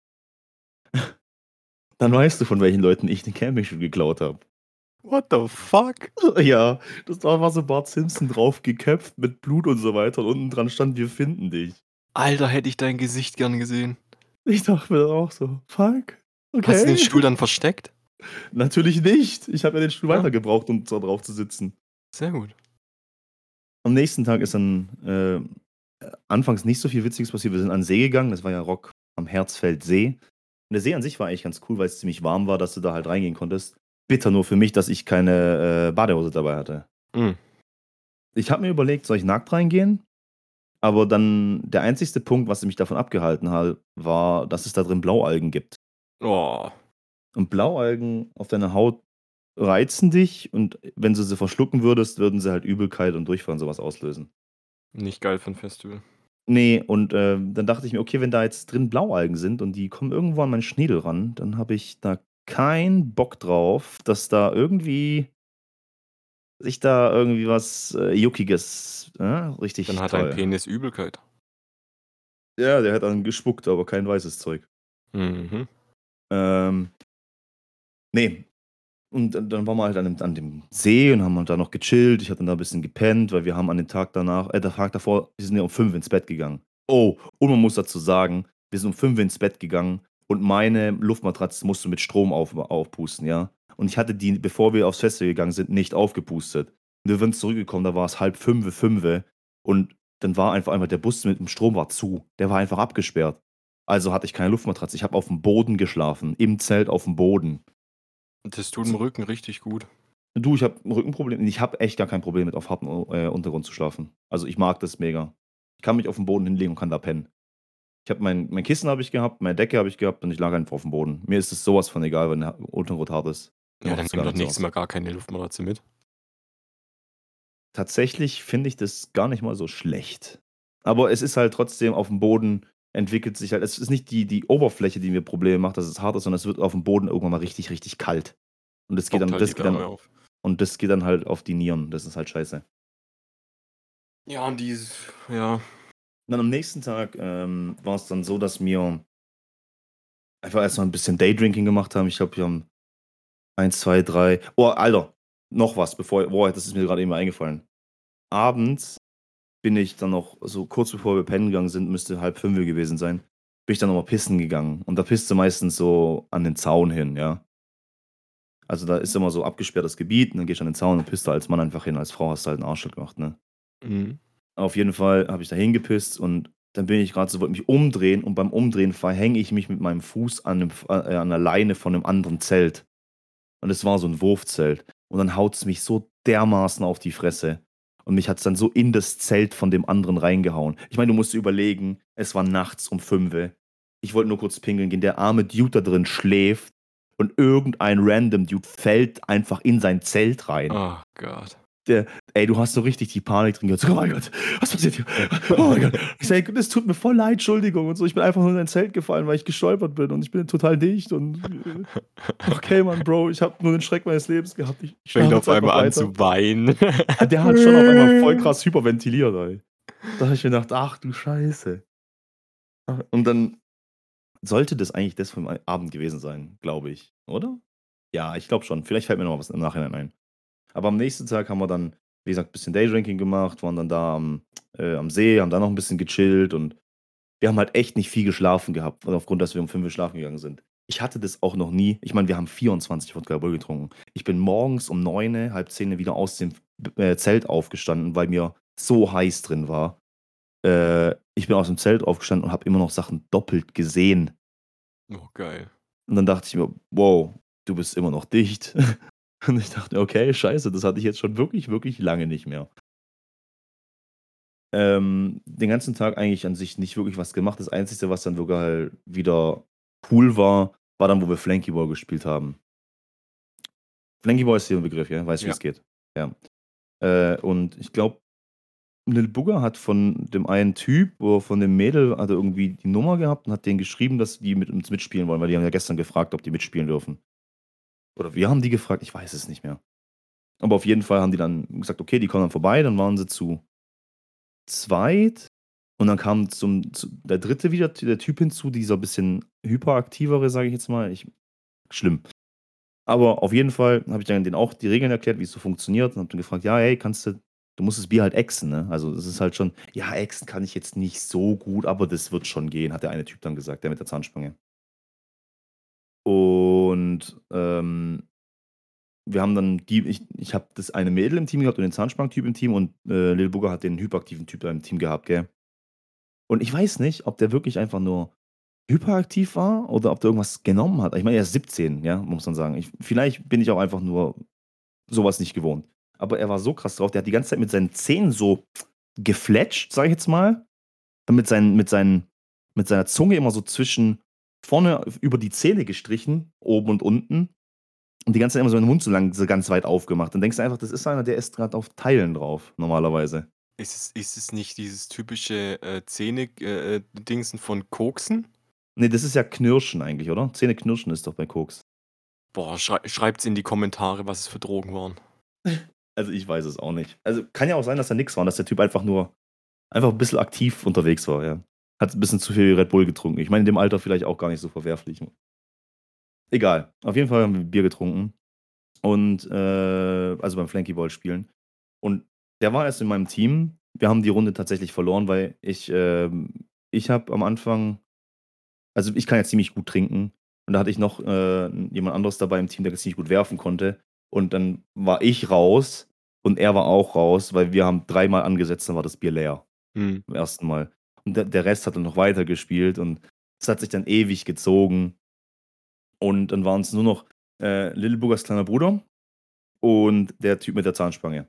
[SPEAKER 1] Dann weißt du, von welchen Leuten ich den Campingstuhl geklaut habe.
[SPEAKER 2] what the fuck?
[SPEAKER 1] Ja, das war war so Bart Simpson drauf geköpft mit Blut und so weiter und unten dran stand: „Wir finden dich.“
[SPEAKER 2] Alter, hätte ich dein Gesicht gern gesehen.
[SPEAKER 1] Ich dachte mir dann auch so: „Fuck,
[SPEAKER 2] Hast du den
[SPEAKER 1] okay.“
[SPEAKER 2] Stuhl dann versteckt?
[SPEAKER 1] Natürlich nicht. Ich habe ja den Stuhl
[SPEAKER 2] Ja,
[SPEAKER 1] weiter gebraucht, um da drauf zu sitzen.
[SPEAKER 2] sehr gut.
[SPEAKER 1] Am nächsten Tag ist dann, äh, anfangs nicht so viel Witziges passiert. Wir sind an 'n See gegangen, das war ja Rock am Herzfeldsee. Und der See an sich war eigentlich ganz cool, weil's ziemlich warm war, dass du da halt reingehen konntest. Bitter nur für mich, dass ich keine, äh, Badehose dabei hatte.
[SPEAKER 2] Mhm.
[SPEAKER 1] Ich habe mir überlegt, soll ich nackt reingehen? Aber dann der einzigste Punkt, was mich davon abgehalten hat, war, dass es da drin Blaualgen gibt.
[SPEAKER 2] Oh,
[SPEAKER 1] Und Blaualgen auf deiner Haut reizen dich und wenn du sie verschlucken würdest, würden sie halt Übelkeit und Durchfall und so was auslösen.
[SPEAKER 2] nicht geil für 'n Festival.
[SPEAKER 1] Ne, und, ähm, dann dachte ich mir: „Okay, wenn da jetzt drin Blaualgen sind und die kommen irgendwo an meinen Schädel ran, dann habe ich da keinen Bock drauf, dass da irgendwie sich da irgendwie was, äh, Juckiges ne,
[SPEAKER 2] Dann
[SPEAKER 1] richtig
[SPEAKER 2] hat dein
[SPEAKER 1] toll.
[SPEAKER 2] Penis Übelkeit.
[SPEAKER 1] Ja, der hat dann gespuckt, aber kein weißes Zeug.
[SPEAKER 2] Mhm.
[SPEAKER 1] Ähm, ne. Und dann dann waren wir halt an dem an dem See und haben halt da noch gechillt. Ich hatte dann da 'n bisschen gepennt, weil wir haben an dem Tag danach äh, der Tag davor wir sind ja um fünf ins Bett gegangen. Oh, und man muss dazu sagen, wir sind um fünf ins Bett gegangen und meine Luftmatratze musste mit Strom auf aufpusten, ja? Und ich hatte die, bevor wir aufs Festival gegangen sind, nicht aufgepustet. Und wir sind zurückgekommen, da war's halb fünfe, fünfe und dann war einfach einmal der Bus mit dem Strom war zu. Der war einfach abgesperrt. Also hatte ich keine Luftmatratze. Ich habe aufm Boden geschlafen, im Zelt aufm Boden.
[SPEAKER 2] Das tut dem Rücken richtig gut.
[SPEAKER 1] Du, ich habe 'n Rückenproblem. Ich habe echt gar kein Problem mit auf hartem U äh, Untergrund zu schlafen. Also, ich mag das mega. Ich kann mich auf'n Boden hinlegen und kann da pennen. Ich habe mein mein Kissen habe ich gehabt, meine Decke habe ich gehabt und ich lag einfach aufm Boden. Mir ist es so was von egal, wenn der Untergrund hart ist. Mir
[SPEAKER 2] Ja,
[SPEAKER 1] macht
[SPEAKER 2] dann
[SPEAKER 1] das
[SPEAKER 2] nimm
[SPEAKER 1] gar
[SPEAKER 2] doch
[SPEAKER 1] nichts
[SPEAKER 2] nächstes
[SPEAKER 1] aus.
[SPEAKER 2] Mal gar keine Luftmatratze mit.
[SPEAKER 1] Tatsächlich finde ich das gar nicht mal so schlecht. Aber es ist halt trotzdem aufm Boden entwickelt sich halt es ist nicht die die Oberfläche, die mir Probleme macht, dass es hart ist, sondern es wird aufm Boden irgendwann mal richtig, richtig kalt. Und das geht
[SPEAKER 2] Saugt
[SPEAKER 1] dann
[SPEAKER 2] halt
[SPEAKER 1] das
[SPEAKER 2] die
[SPEAKER 1] geht dann
[SPEAKER 2] Wärme auf.
[SPEAKER 1] und das geht dann halt auf die Nieren. Das ist halt scheiße.
[SPEAKER 2] Ja, und dieses ja.
[SPEAKER 1] Dann am nächsten Tag, ähm, war's dann so, dass wir einfach erst mal 'n bisschen Daydrinking gemacht haben. Ich glaube, wir haben eins, zwei, drei oh, Alter, noch was, bevor boah, das ist mir grade eben eingefallen. Abends bin ich dann noch so kurz bevor wir pennen gegangen sind, müsste halb fünfe gewesen sein, bin ich dann noch mal pissen gegangen. Und da pisst du meistens so an den Zaun hin, ja? Also, da ist immer so abgesperrtes Gebiet und dann gehst du an den Zaun und pisst da als Mann einfach hin. Als Frau hast du halt 'n Arschloch gemacht, ne?
[SPEAKER 2] Mhm.
[SPEAKER 1] Auf jeden Fall habe ich da hingepisst und dann bin ich grad so wollte mich umdrehen und beim Umdrehen verhänge ich mich mit meinem Fuß an 'nem Pf äh, an 'ner Leine von 'nem anderen Zelt. Und es war so 'n Wurfzelt. Und dann haut's mich so dermaßen auf die Fresse. Und mich hat's dann so in das Zelt von dem anderen reingehauen. Ich meine, du musst dir überlegen, es war nachts um fünfe. Ich wollte nur kurz pinkeln gehen. Der arme Dude da drin schläft und irgendein random Dude fällt einfach in sein Zelt rein.
[SPEAKER 2] Oh Gott.
[SPEAKER 1] Der ey, du hast so richtig die Panik drin gehabt. So: „Oh mein Gott, was passiert hier? Oh mein Gott.“ Ich sage: „Es tut mir voll leid, Entschuldigung und so. Ich bin einfach nur in dein Zelt gefallen, weil ich gestolpert bin und ich bin total dicht und, äh, okay, Mann, Bro, ich habe nur den Schreck meines Lebens gehabt. Ich ich
[SPEAKER 2] Fängt
[SPEAKER 1] schlafe
[SPEAKER 2] auf
[SPEAKER 1] jetzt einfach
[SPEAKER 2] einmal an
[SPEAKER 1] weiter.“
[SPEAKER 2] zu weinen.
[SPEAKER 1] Ah, der hat schon auf einmal voll krass hyperventiliert, ey. Da habe ich mir gedacht: „Ach du Scheiße.“ Ah, und dann sollte das eigentlich das vom Ei Abend gewesen sein, glaube ich, oder? Ja, ich glaube schon. Vielleicht fällt mir noch mal was im Nachhinein ein. Aber am nächsten Tag haben wir dann, wie gesagt, bisschen Daydrinking gemacht, waren dann da am äh, am See, haben da noch 'n bisschen gechillt und wir haben halt echt nicht viel geschlafen gehabt, aufgrund, dass wir um fünfe schlafen gegangen sind. Ich hatte das auch noch nie. Ich meine, wir haben vierundzwanzig Wodka Bull getrunken. Ich bin morgens um neune, halb zehn wieder aus dem b äh, Zelt aufgestanden, weil mir so heiß drin war. Äh, ich bin ausm Zelt aufgestanden und habe immer noch Sachen doppelt gesehen.
[SPEAKER 2] Oh, geil.
[SPEAKER 1] Und dann dachte ich mir: „Wow, du bist immer noch dicht.“ Und ich dachte: „Okay, scheiße, das hatte ich jetzt schon wirklich, wirklich lange nicht mehr.“ Ähm, den ganzen Tag eigentlich an sich nicht wirklich was gemacht. Das Einzige, was dann sogar halt wieder cool war, war dann, wo wir Flankyball gespielt haben. Flankyball ist dir 'n Begriff, ja? Weißt,
[SPEAKER 2] Ja.
[SPEAKER 1] wie's geht. Ja. Äh, und ich glaube, Lil Bugger hat von dem einen Typ oder von dem Mädel hat er irgendwie die Nummer gehabt und hat denen geschrieben, dass die mit uns mitspielen wollen, weil die haben ja gestern gefragt, ob die mitspielen dürfen. Oder wir haben die gefragt, ich weiß es nicht mehr. Aber auf jeden Fall haben die dann gesagt: „Okay, die kommen dann vorbei.“ Dann waren sie zu zweit und dann kam zum zu der dritte wieder der Typ hinzu, dieser bisschen hyperaktivere, sage ich jetzt mal. Ich schlimm. Aber auf jeden Fall habe ich dann denen auch die Regeln erklärt, wie's so funktioniert und habe dann gefragt: „Ja, hey, kannst du du musst das Bier halt ächzen, ne?“ Also, es ist halt schon „Ja, ächzen kann ich jetzt nicht so gut, aber das wird schon gehen“, hat der eine Typ dann gesagt, der mit der Zahnspange. Und, ähm wir haben dann die ich ich habe das eine Mädel im Team gehabt und den Zahnspangentyp im Team und, äh, Lil Bugger hat den hyperaktiven Typ da im Team gehabt, gell? Und ich weiß nicht, ob der wirklich einfach nur hyperaktiv war oder ob der irgendwas genommen hat. Ich meine, er ist siebzehn, ja, muss man sagen. Ich vielleicht bin ich auch einfach nur so was nicht gewohnt. Aber er war so krass drauf, der hat die ganze Zeit mit seinen Zähnen so gefletscht, sage ich jetzt mal, und mit seinen mit seinen mit seiner Zunge immer so zwischen vorne über die Zähne gestrichen, oben und unten. Und die ganze Zeit immer so den Mund so lang so ganz weit aufgemacht. Dann denkst du einfach, das ist einer, der ist grad auf Teilen drauf normalerweise.
[SPEAKER 2] Ist es ist es nicht dieses typische, äh, Zähne äh, äh, Dingsen von Koksen?
[SPEAKER 1] Ne, das ist ja Knirschen eigentlich, oder? Zähne knirschen ist doch bei Koks.
[SPEAKER 2] Boah, schrei schreibt's in die Kommentare, was es für Drogen waren.
[SPEAKER 1] Also, ich weiß es auch nicht. Also, kann ja auch sein, dass da nix war und dass der Typ einfach nur einfach 'n bisschen aktiv unterwegs war, ja. Hat 'n bisschen zu viel Red Bull getrunken. Ich meine, in dem Alter vielleicht auch gar nicht so verwerflich. Egal. Auf jeden Fall haben wir Bier getrunken und, äh also beim Flankyball spielen. Und der war erst in meinem Team. Wir haben die Runde tatsächlich verloren, weil ich, ähm ich habe am Anfang also ich kann ja ziemlich gut trinken und da hatte ich noch, äh, jemand anderes dabei im Team, der ziemlich gut werfen konnte. Und dann war ich raus und er war auch raus, weil wir haben dreimal angesetzt, dann war das Bier leer
[SPEAKER 2] Mhm.
[SPEAKER 1] beim ersten Mal. Und der der Rest hat dann noch weitergespielt und es hat sich dann ewig gezogen. Und dann waren's nur noch, äh, Little Boogers kleiner Bruder und der Typ mit der Zahnspange.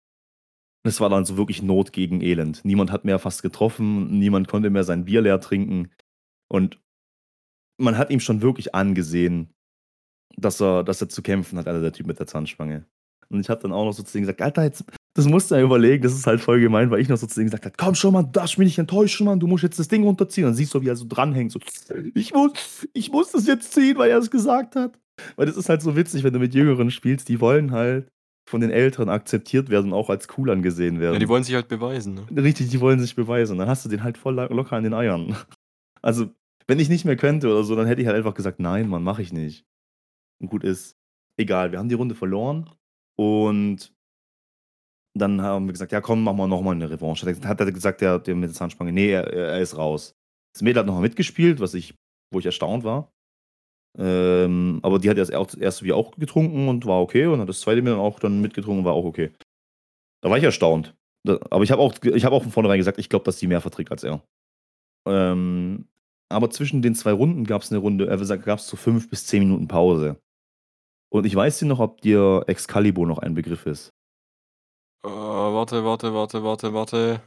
[SPEAKER 1] Es war dann so wirklich Not gegen Elend. Niemand hat mehr fast getroffen, niemand konnte mehr sein Bier leer trinken und man hat ihm schon wirklich angesehen, dass er dass er zu kämpfen hat, also der Typ mit der Zahnspange. Und ich habe dann auch noch so zu ihm gesagt: „Alter, jetzt das musst du dir überlegen." Das ist halt voll gemein, weil ich noch so zu ihm gesagt habe: „Komm schon, Mann, du darfst mich nicht enttäuschen, Mann. Du musst jetzt das Ding runterziehen." Dann siehst du, wie er so dranhängt, so: „Ich muss ich muss das jetzt ziehen, weil er es gesagt hat." Weil das ist halt so witzig, wenn du mit Jüngeren spielst, die wollen halt von den Älteren akzeptiert werden und auch als cool angesehen
[SPEAKER 2] Ja, die
[SPEAKER 1] werden.
[SPEAKER 2] wollen sich halt beweisen, ne?
[SPEAKER 1] Richtig, die wollen sich beweisen. Dann hast du den halt voll la locker an den Eiern. Also, wenn ich nicht mehr könnte oder so, dann hätte ich halt einfach gesagt: „Nein, Mann, mache ich nicht." Und gut ist. Egal, wir haben die Runde verloren und dann haben wir gesagt: „Ja komm, machen wir noch mal 'ne Revanche." Hat hat er gesagt, der der mit der Zahnspange: „Ne, er er ist raus." Das Mädel hat noch mal mitgespielt, was ich wo ich erstaunt war. Ähm, aber die hat erst auch das erste Bier auch getrunken und war okay und hat das zweite Bier dann auch dann mitgetrunken und war auch okay. Da war ich erstaunt. Da aber ich habe auch ich habe auch von vornherein gesagt, ich glaube, dass sie mehr verträgt als er. Ähm, aber zwischen den zwei Runden gab's 'ne Runde äh, wie gab's so fünf bis zehn Minuten Pause. Und ich weiß nicht noch, ob dir Excalibur noch ein Begriff ist.
[SPEAKER 2] Äh, warte, warte, warte, warte, warte.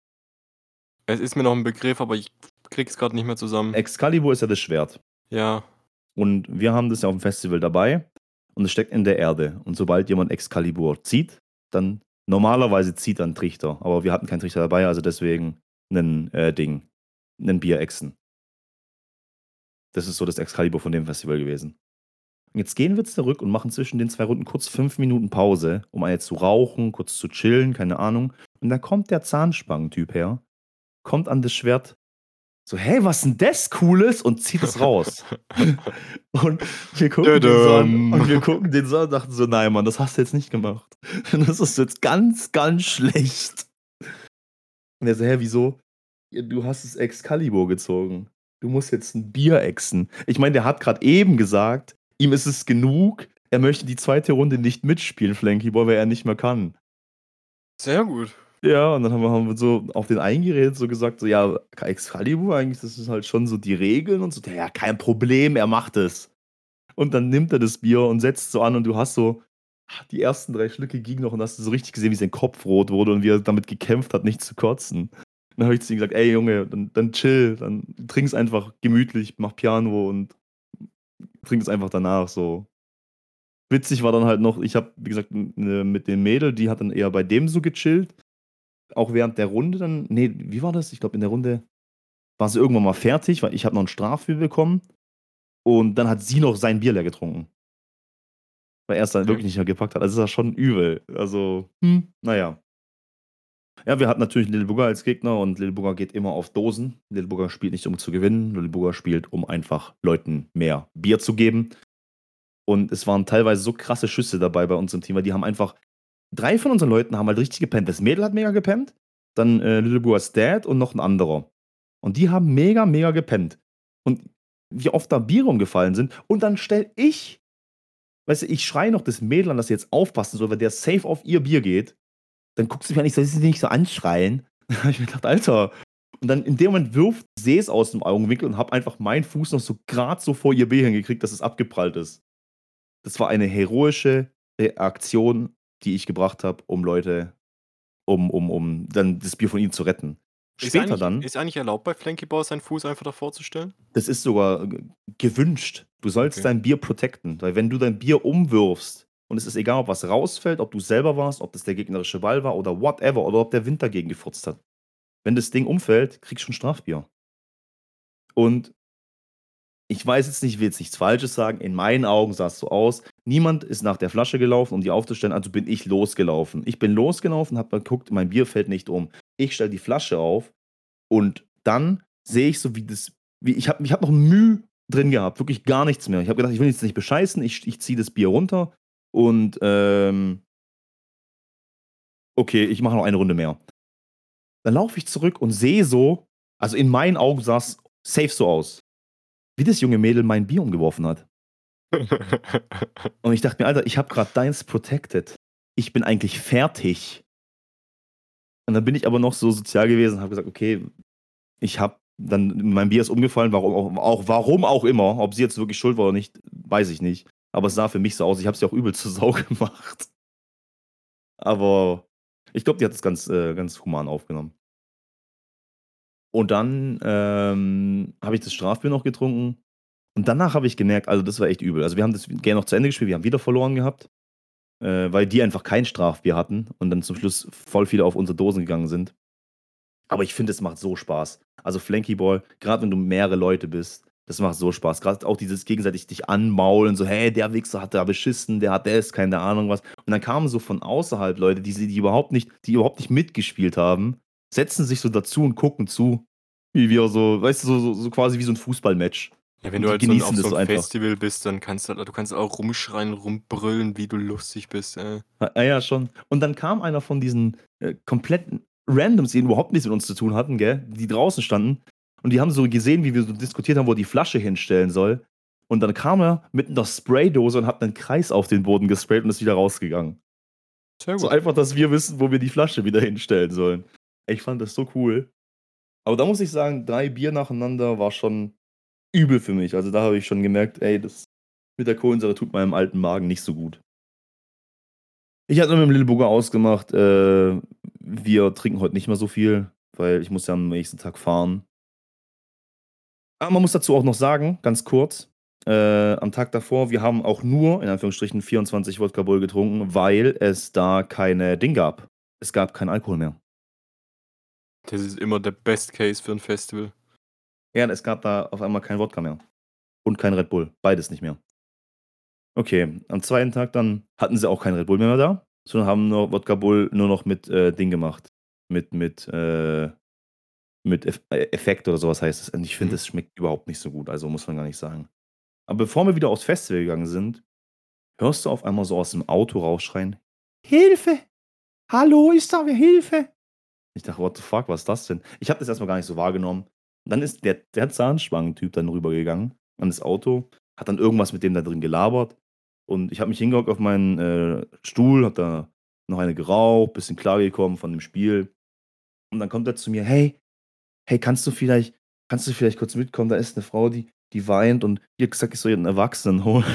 [SPEAKER 2] Es ist mir noch 'n Begriff, aber ich kriege es grad nicht mehr zusammen.
[SPEAKER 1] Excalibur ist ja das Schwert.
[SPEAKER 2] Ja.
[SPEAKER 1] Und wir haben das ja aufm Festival dabei und es steckt in der Erde. Und sobald jemand Excalibur zieht, dann normalerweise zieht er 'n Trichter, aber wir hatten keinen Trichter dabei, also deswegen 'nen, äh, Ding 'nen Bierechsen. Das ist so das Excalibur von dem Festival gewesen. Und jetzt gehen wir zurück und machen zwischen den zwei Runden kurz fünf Minuten Pause, um eine zu rauchen, kurz zu chillen, keine Ahnung. Und dann kommt der Zahnspangentyp her, kommt an das Schwert, so: „Hey, was 'n das Cooles?" und zieht es raus. Und wir gucken den so an und wir
[SPEAKER 2] Tüdüm.
[SPEAKER 1] gucken den so an und dachten so: „Nein, Mann, das hast du jetzt nicht gemacht. Das ist jetzt ganz, ganz schlecht." Und er so: „Hä, wieso?" „Ja, du hast das Excalibur gezogen. Du musst jetzt 'n Bier exen." Ich meine, der hat grad eben gesagt, ihm ist es genug, er möchte die zweite Runde nicht mitspielen, Flankyball, weil er nicht mehr kann.
[SPEAKER 2] Sehr gut.
[SPEAKER 1] Ja, und dann haben wir haben wir so auf den eingeredet, so gesagt, so: „Ja, Excalibur, eigentlich, das ist halt schon so die Regeln" und so. Der: „Ja, kein Problem, er macht es." Und dann nimmt er das Bier und setzt so an und du hast so die ersten drei Schlücke gingen noch und hast du so richtig gesehen, wie sein Kopf rot wurde und wie er damit gekämpft hat, nicht zu kotzen. Dann habe ich zu ihm gesagt: „Ey Junge, dann dann chill, dann trink's einfach gemütlich, mach Piano und trink es einfach danach so." Witzig war dann halt noch, ich habe, wie gesagt, m ne, mit dem Mädel, die hat dann eher bei dem so gechillt, auch während der Runde dann ne, wie war das? Ich glaube, in der Runde war sie irgendwann mal fertig, weil ich habe noch 'n Strafbier bekommen und dann hat sie noch sein Bier leer getrunken. Weil er's dann
[SPEAKER 2] Okay.
[SPEAKER 1] wirklich nicht mehr gepackt hat. Also, das war schon übel. Also, hm, na ja. Ja, wir hatten natürlich Little Booger als Gegner und Little Booger geht immer auf Dosen. Little Booger spielt nicht, um zu gewinnen. Little Booger spielt, um einfach Leuten mehr Bier zu geben. Und es waren teilweise so krasse Schüsse dabei bei uns im Team, weil die haben einfach drei von unseren Leuten haben halt richtig gepennt. Das Mädel hat mega gepennt, dann, äh, Little Boogers Dad und noch 'n anderer. Und die haben mega, mega gepennt. Und wie oft da Biere umgefallen sind und dann stelle ich weißt du, ich schreie noch das Mädel an, dass sie jetzt aufpassen soll, weil der safe auf ihr Bier geht. Dann guckt sie mich an, ich soll sie nicht so anschreien. Da habe ich mir gedacht: „Alter." Und dann in dem Moment wirft sehe es aus dem Augenwinkel und habe einfach meinen Fuß noch so grad so vor ihr Bier hingekriegt, dass es abgeprallt ist. Das war eine heroische, äh, Aktion, die ich gebracht habe, um Leute um um um dann das Bier von ihnen zu retten.
[SPEAKER 2] Ist
[SPEAKER 1] Später
[SPEAKER 2] eigentlich
[SPEAKER 1] dann
[SPEAKER 2] ist eigentlich erlaubt bei Flankyball seinen Fuß einfach davor zu stellen?
[SPEAKER 1] Das ist sogar g gewünscht. Du sollst
[SPEAKER 2] Okay.
[SPEAKER 1] dein Bier protecten, weil wenn du dein Bier umwirfst und es ist egal, ob was rausfällt, ob du's selber warst, ob das der gegnerische Ball war oder whatever oder ob der Wind dagegen gefurzt hat. Wenn das Ding umfällt, kriegst du 'n Strafbier. Und ich weiß jetzt nicht, ich will jetzt nichts Falsches sagen, in meinen Augen sah's so aus, niemand ist nach der Flasche gelaufen, um die aufzustellen, also bin ich losgelaufen. Ich bin losgelaufen, habe geguckt, mein Bier fällt nicht um. Ich stelle die Flasche auf und dann sehe ich so, wie das wie ich habe ich habe noch Müh drin gehabt, wirklich gar nichts mehr. Ich habe gedacht, ich will jetzt nicht bescheißen, ich ich ziehe das Bier runter und, ähm okay, ich mache noch eine Runde mehr. Dann laufe ich zurück und sehe so also in meinen Augen sah's safe so aus, wie das junge Mädel mein Bier umgeworfen hat. Und ich dachte mir: „Alter, ich habe grad deins protected. Ich bin eigentlich fertig.“ Und dann bin ich aber noch so sozial gewesen und habe gesagt: „Okay, ich habe dann mein Bier ist umgefallen, warum auch auch warum auch immer. Ob sie jetzt wirklich schuld war oder nicht, weiß ich nicht. Aber es sah für mich so aus, ich habe es ihr auch übel zur Sau gemacht. Aber ich glaube, die hat das ganz äh, ganz human aufgenommen. Und dann, ähm, habe ich das Strafbier noch getrunken und danach habe ich gemerkt, also das war echt übel. Also, wir haben das Game noch zu Ende gespielt, wir haben wieder verloren gehabt, äh, weil die einfach kein Strafbier hatten und dann zum Schluss voll viele auf unsere Dosen gegangen sind. Aber ich finde, es macht so Spaß. Also, Flankyball, grad wenn du mehrere Leute bist, das macht so Spaß. Grad auch dieses gegenseitig dich anmaulen, so: „Hey, der Wichser hat da beschissen, der hat das, keine Ahnung was.“ Und dann kamen so von außerhalb Leute, die sie die überhaupt nicht die überhaupt nicht mitgespielt haben, setzen sich so dazu und gucken zu, wie wir so weißt du, so so so quasi wie so 'n Fußballmatch.
[SPEAKER 2] Ja, wenn
[SPEAKER 1] Und
[SPEAKER 2] du
[SPEAKER 1] die
[SPEAKER 2] halt so 'n
[SPEAKER 1] genießen
[SPEAKER 2] auf
[SPEAKER 1] das
[SPEAKER 2] so 'm
[SPEAKER 1] so einfach.
[SPEAKER 2] Festival bist, dann kannst du du kannst auch rumschreien, rumbrüllen, wie du lustig bist, ey.
[SPEAKER 1] Ah, ja, schon. Und dann kam einer von diesen, äh, kompletten Randoms, die überhaupt nichts mit uns zu tun hatten, gell, die draußen standen und die haben so gesehen, wie wir so diskutiert haben, wo er die Flasche hinstellen soll. Und dann kam er mit 'ner Spraydose und hat 'nen Kreis auf den Boden gesprayt und ist wieder rausgegangen.
[SPEAKER 2] Sehr
[SPEAKER 1] So
[SPEAKER 2] gut.
[SPEAKER 1] einfach, dass wir wissen, wo wir die Flasche wieder hinstellen sollen. Ich fand das so cool. Aber da muss ich sagen, drei Bier nacheinander war schon übel für mich. Also, da habe ich schon gemerkt: „Ey, das mit der Kohlensäure tut meinem alten Magen nicht so gut.“ Ich hatte mit dem Little Booger ausgemacht, äh, wir trinken heute nicht mehr so viel, weil ich muss ja am nächsten Tag fahren. Aber man muss dazu auch noch sagen, ganz kurz, äh, am Tag davor, wir haben auch nur, in Anführungsstrichen, vierundzwanzig Wodka Bull getrunken, weil es da keine Ding gab. Es gab keinen Alkohol mehr.
[SPEAKER 2] Das ist immer der Best Case für 'n Festival.
[SPEAKER 1] Ja, es gab da auf einmal keinen Wodka mehr und kein Red Bull, beides nicht mehr. Okay, am zweiten Tag dann hatten sie auch kein Red Bull mehr da, sondern haben nur Wodka Bull nur noch mit, äh, Ding gemacht, mit mit, äh mit Eff äh, Effekt oder so was heißt es. Und ich finde,
[SPEAKER 2] Mhm.
[SPEAKER 1] das schmeckt überhaupt nicht so gut, also muss man gar nicht sagen. Aber bevor wir wieder aufs Festival gegangen sind, hörst du auf einmal so aus'm Auto rausschreien: „Hilfe! Hallo, ist da wer? Hilfe!“ Ich dachte: „What the fuck, was ist das denn?“ Ich habe das erst mal gar nicht so wahrgenommen. Dann ist der der Zahnspangentyp dann rübergegangen an das Auto, hat dann irgendwas mit dem da drin gelabert und ich habe mich hingehockt auf meinen, äh, Stuhl, habe da noch eine geraucht, bisschen klargekommen von dem Spiel. Und dann kommt er zu mir: „Hey, hey, kannst du vielleicht kannst du vielleicht kurz mitkommen? Da ist 'ne Frau, die die weint und die hat gesagt, ich soll ihr 'n Erwachsenen holen.“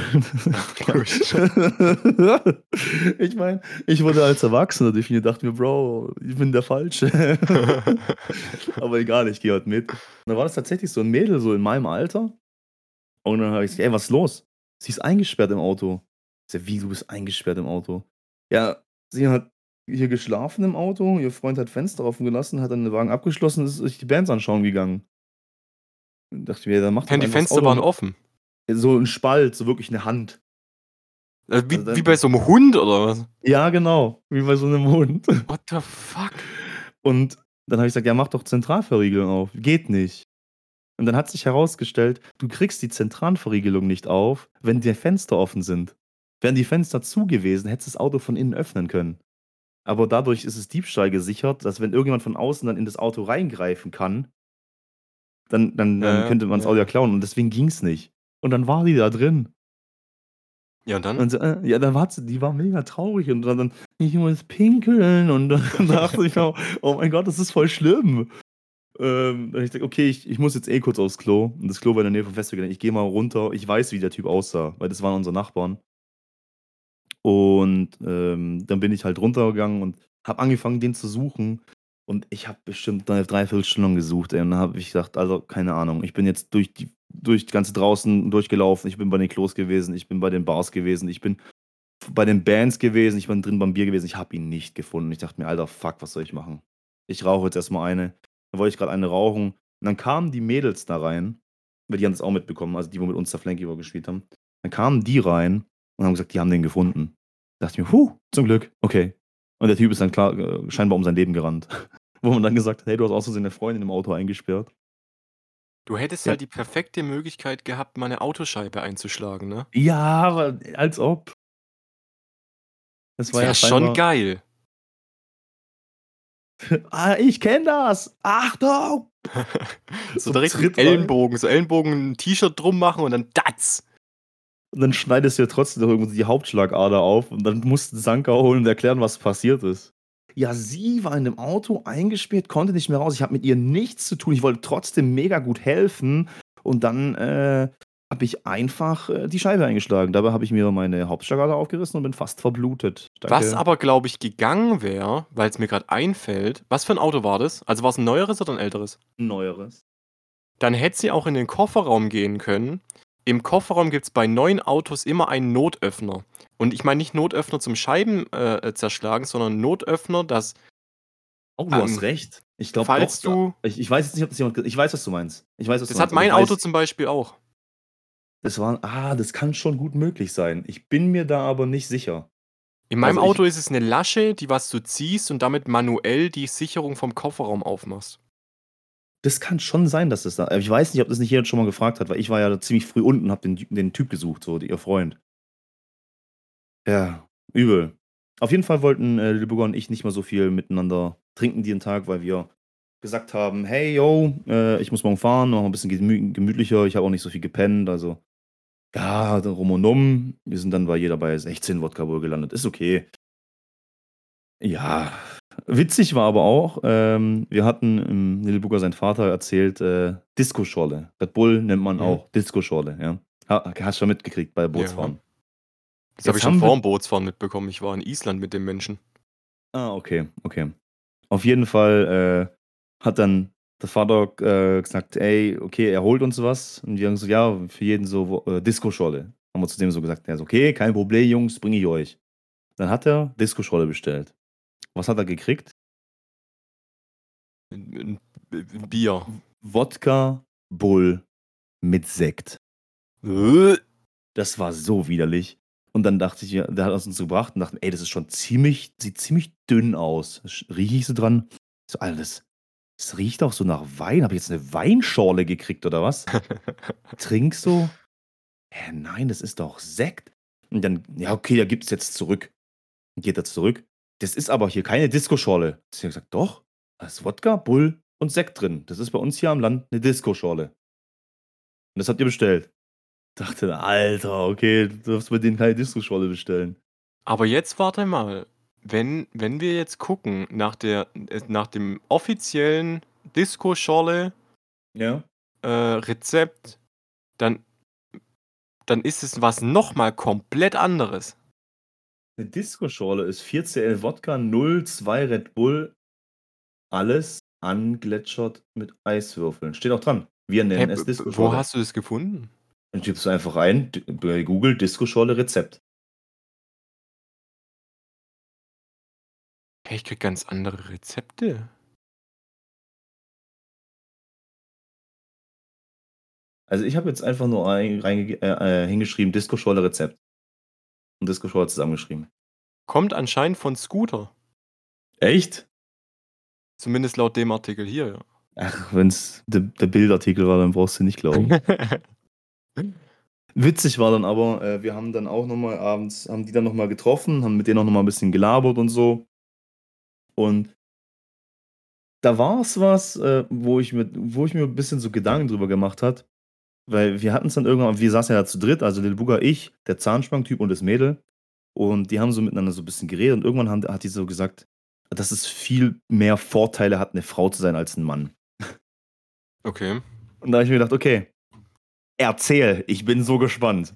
[SPEAKER 1] Ich meine, ich wurde als Erwachsener definiert, dachte mir: „Bro, ich bin der Falsche.“ Aber egal, ich gehe halt mit. Und dann war das tatsächlich so 'n Mädel so in meinem Alter und dann habe ich gesagt: „Ey, was ist los?“ „Sie ist eingesperrt im Auto.“ Ich sage: „Wie, du bist eingesperrt im Auto?“ „Ja, sie hat hier geschlafen im Auto, ihr Freund hat Fenster offen gelassen, hat dann den Wagen abgeschlossen und ist sich die Bands anschauen gegangen.“ Dann dachte ich mir: „Ja, dann mach
[SPEAKER 2] Hä,
[SPEAKER 1] doch
[SPEAKER 2] und die
[SPEAKER 1] einfach das
[SPEAKER 2] Fenster
[SPEAKER 1] Auto
[SPEAKER 2] waren
[SPEAKER 1] no“
[SPEAKER 2] offen?
[SPEAKER 1] Ja, so 'n Spalt, so wirklich 'ne Hand.
[SPEAKER 2] Äh,
[SPEAKER 1] Also
[SPEAKER 2] wie wie bei
[SPEAKER 1] dann
[SPEAKER 2] so 'm Hund oder was?
[SPEAKER 1] Ja, genau, wie bei so 'nem Hund.
[SPEAKER 2] What the fuck?
[SPEAKER 1] Und dann habe ich gesagt: „Ja, mach doch Zentralverriegelung auf.“ „Geht nicht.“ Und dann hat sich herausgestellt, du kriegst die Zentralverriegelung nicht auf, wenn die Fenster offen sind. Wären die Fenster zu gewesen, hättest du das Auto von innen öffnen können. Aber dadurch ist es Diebstahl gesichert, dass wenn irgendjemand von außen dann in das Auto reingreifen kann dann dann
[SPEAKER 2] Ja,
[SPEAKER 1] dann
[SPEAKER 2] ja,
[SPEAKER 1] könnte man's
[SPEAKER 2] ja,
[SPEAKER 1] Auto ja
[SPEAKER 2] ja.
[SPEAKER 1] klauen und deswegen ging's nicht. Und dann war die da drin.
[SPEAKER 2] Ja, und dann?
[SPEAKER 1] Und, äh ja, dann hat sie die war mega traurig und war dann: „Ich muss pinkeln.“ Und dann dachte ich mir: „Oh mein Gott, das ist voll schlimm.“ Ähm, dann habe ich gesagt: „Okay, ich ich muss jetzt eh kurz aufs Klo.“ Und das Klo war in der Nähe vom Festival. Ich gehe mal runter. Ich weiß, wie der Typ aussah, weil das waren unsere Nachbarn. Und, ähm, dann bin ich halt runtergegangen und habe angefangen, den zu suchen. Und ich habe bestimmt 'ne dreiviertel Stunde gesucht, ey. Und dann habe ich gesagt: „Also, keine Ahnung, ich bin jetzt durch die durch ganz draußen durchgelaufen. Ich bin bei den Klos gewesen, ich bin bei den Bars gewesen, ich bin bei den Bands gewesen, ich bin drin beim Bier gewesen.“ Ich habe ihn nicht gefunden. Ich dachte mir: „Alter, fuck, was soll ich machen? Ich rauche jetzt erst mal eine.“ Dann wollte ich grad eine rauchen und dann kamen die Mädels da rein, weil die haben das auch mitbekommen, also die, wo mit uns da Flankyball gespielt haben. Dann kamen die rein und haben gesagt, die haben den gefunden. Dachte ich mir: „Hu, zum Glück, okay.“ Und der Typ ist dann klar äh, scheinbar um sein Leben gerannt, wo man dann gesagt hat: „Hey, du hast aus Versehen 'ne Freundin im Auto eingesperrt.“
[SPEAKER 2] Du hättest
[SPEAKER 1] Ja.
[SPEAKER 2] halt die perfekte Möglichkeit gehabt, meine Autoscheibe einzuschlagen, ne?
[SPEAKER 1] Ja, aber als ob. Das
[SPEAKER 2] Das
[SPEAKER 1] war ja
[SPEAKER 2] wäre schon
[SPEAKER 1] scheinbar
[SPEAKER 2] geil.
[SPEAKER 1] „Ah, ich kenne das. Achtung!“
[SPEAKER 2] So
[SPEAKER 1] So
[SPEAKER 2] direkt im
[SPEAKER 1] Tritt rein.
[SPEAKER 2] Ellenbogen so Ellenbogen 'n T-Shirt drum machen und dann datz.
[SPEAKER 1] Und dann schneidest du ja trotzdem noch irgendwo die Hauptschlagader auf und dann mussten Sanka holen und erklären, was passiert ist. Ja, sie war in dem Auto eingesperrt, konnte nicht mehr raus. Ich habe mit ihr nichts zu tun. Ich wollte trotzdem mega gut helfen und dann, äh, habe ich einfach, äh, die Scheibe eingeschlagen. Dabei habe ich mir meine Hauptschlagader aufgerissen und bin fast verblutet.
[SPEAKER 2] Was
[SPEAKER 1] Danke.
[SPEAKER 2] aber, glaube ich, gegangen wäre, weil's mir grad einfällt, was für 'n Auto war das? Also, war's 'n neueres oder 'n älteres?
[SPEAKER 1] Neueres.
[SPEAKER 2] Dann hätte sie auch in den Kofferraum gehen können. Im Kofferraum gibt's bei neuen Autos immer einen Notöffner. Und ich meine nicht Notöffner zum Scheiben äh, äh, zerschlagen, sondern Notöffner, dass
[SPEAKER 1] Oh, du hast
[SPEAKER 2] ähm,
[SPEAKER 1] recht. Ich glaube doch,
[SPEAKER 2] falls
[SPEAKER 1] da
[SPEAKER 2] du
[SPEAKER 1] ich ich weiß jetzt nicht, ob das jemand ge ich weiß, was du meinst. Ich weiß, was du
[SPEAKER 2] Das hat
[SPEAKER 1] meinst, aber
[SPEAKER 2] mein
[SPEAKER 1] ich
[SPEAKER 2] Auto
[SPEAKER 1] weiß
[SPEAKER 2] zum Beispiel auch.
[SPEAKER 1] Das war ah, das kann schon gut möglich sein. Ich bin mir da aber nicht sicher.
[SPEAKER 2] In meinem
[SPEAKER 1] Also, ich
[SPEAKER 2] Auto ist es 'ne Lasche, die was du ziehst und damit manuell die Sicherung vom Kofferraum aufmachst.
[SPEAKER 1] Das kann schon sein, dass das da äh, ich weiß nicht, ob das nicht jemand schon mal gefragt hat, weil ich war ja da ziemlich früh unten und habe den Ty den Typ gesucht, so, ihr Freund. Ja, übel. Auf jeden Fall wollten, äh, Lübburger und ich nicht mehr so viel miteinander trinken jeden Tag, weil wir gesagt haben: „Hey, yo, äh, ich muss morgen fahren, machen wir 'n bisschen gemü gemütlicher.“ Ich habe auch nicht so viel gepennt, also, ja, drum und um. Wir sind dann bei jeder bei sechzehn Wodka wohl gelandet. Ist okay. Ja, witzig war aber auch, ähm, wir hatten ähm, Lilbuga sein Vater erzählt, äh, Disco-Schorle. Red Bull nennt man
[SPEAKER 2] Mhm.
[SPEAKER 1] auch Disco-Schorle, ja. Ha hast schon mitgekriegt bei
[SPEAKER 2] Ja.
[SPEAKER 1] Bootsfahren.
[SPEAKER 2] Das habe ich
[SPEAKER 1] Jetzt
[SPEAKER 2] schon
[SPEAKER 1] haben wir
[SPEAKER 2] vorm Bootsfahren mitbekommen. Ich war in Island mit dem Menschen.
[SPEAKER 1] Ah, okay, okay. Auf jeden Fall, äh, hat dann der Vater, äh, gesagt: „Ey, okay, er holt uns was.“ Und wir haben gesagt: „Ja, für jeden so wo äh, Disco-Schorle.“ Haben wir zu dem so gesagt. Der so: „Okay, kein Problem, Jungs, bringe ich euch.“ Dann hat er Disco-Schorle bestellt. Was hat er gekriegt?
[SPEAKER 2] 'N 'n B
[SPEAKER 1] W
[SPEAKER 2] Bier.
[SPEAKER 1] W Wodka Bull mit Sekt. Das war so widerlich. Und dann dachte ich ja der hat das uns gebracht und dachten: „Ey, das ist schon ziemlich sieht ziemlich dünn aus.“ Sch rieche ich so dran. Ich so: „Alter, das das riecht doch so nach Wein. Habe ich jetzt 'ne Weinschorle gekriegt oder was?“ Trinke so: „Hä, nein, das ist doch Sekt.“ Und dann: „Ja, okay, er gibt's jetzt zurück.“ Geht er zurück: „Das ist aber hier keine Disco-Schorle.“ Zu ihr gesagt: „Doch, da ist Wodka, Bull und Sekt drin. Das ist bei uns hier am Land 'ne Disco-Schorle.“ „Und das habt ihr bestellt?“ Dachte: „Alter, okay, du darfst bei denen keine Disco-Schorle bestellen.“
[SPEAKER 2] Aber jetzt warte mal. Wenn wenn wir jetzt gucken nach der äh, nach dem offiziellen Disco-Schorle
[SPEAKER 1] Ja.
[SPEAKER 2] äh, Rezept, dann dann ist es was noch mal komplett anderes.
[SPEAKER 1] 'Ne Disco-Schorle ist vier Cl Wodka, null Komma zwei Red Bull, alles angletschert mit Eiswürfeln. Steht auch dran. Wir
[SPEAKER 2] Hä,
[SPEAKER 1] nennen
[SPEAKER 2] b
[SPEAKER 1] es
[SPEAKER 2] b wo
[SPEAKER 1] Disco-Schorle.
[SPEAKER 2] hast du das gefunden?
[SPEAKER 1] Dann gibst du einfach ein d bei Google Disco-Schorle Rezept.
[SPEAKER 2] Hä, ich kriege ganz andere Rezepte.
[SPEAKER 1] Also, ich habe jetzt einfach nur ein reingege äh, äh, hingeschrieben Disco-Schorle Rezept. Und Disco-Schorle zusammengeschrieben.
[SPEAKER 2] Kommt anscheinend von Scooter.
[SPEAKER 1] Echt?
[SPEAKER 2] Zumindest laut dem Artikel hier, ja.
[SPEAKER 1] Ach, wenn's der der Bildartikel war, dann brauchst du nicht glauben. Witzig war dann aber, äh, wir haben dann auch noch mal abends haben die dann noch mal getroffen, haben mit denen auch noch mal 'n bisschen gelabert und so. Und da war's was, äh, wo ich mit wo ich mir 'n bisschen so Gedanken drüber gemacht hat, weil wir hatten's dann irgendwann wir saßen ja da zu dritt, also Lilbuga, ich, der Zahnspangentyp und das Mädel. Und die haben so miteinander so 'n bisschen geredet und irgendwann haben hat die so gesagt, dass es viel mehr Vorteile hat, 'ne Frau zu sein als 'n Mann.
[SPEAKER 2] Okay.
[SPEAKER 1] Und da habe ich mir gedacht: „Okay, erzähl, ich bin so gespannt.“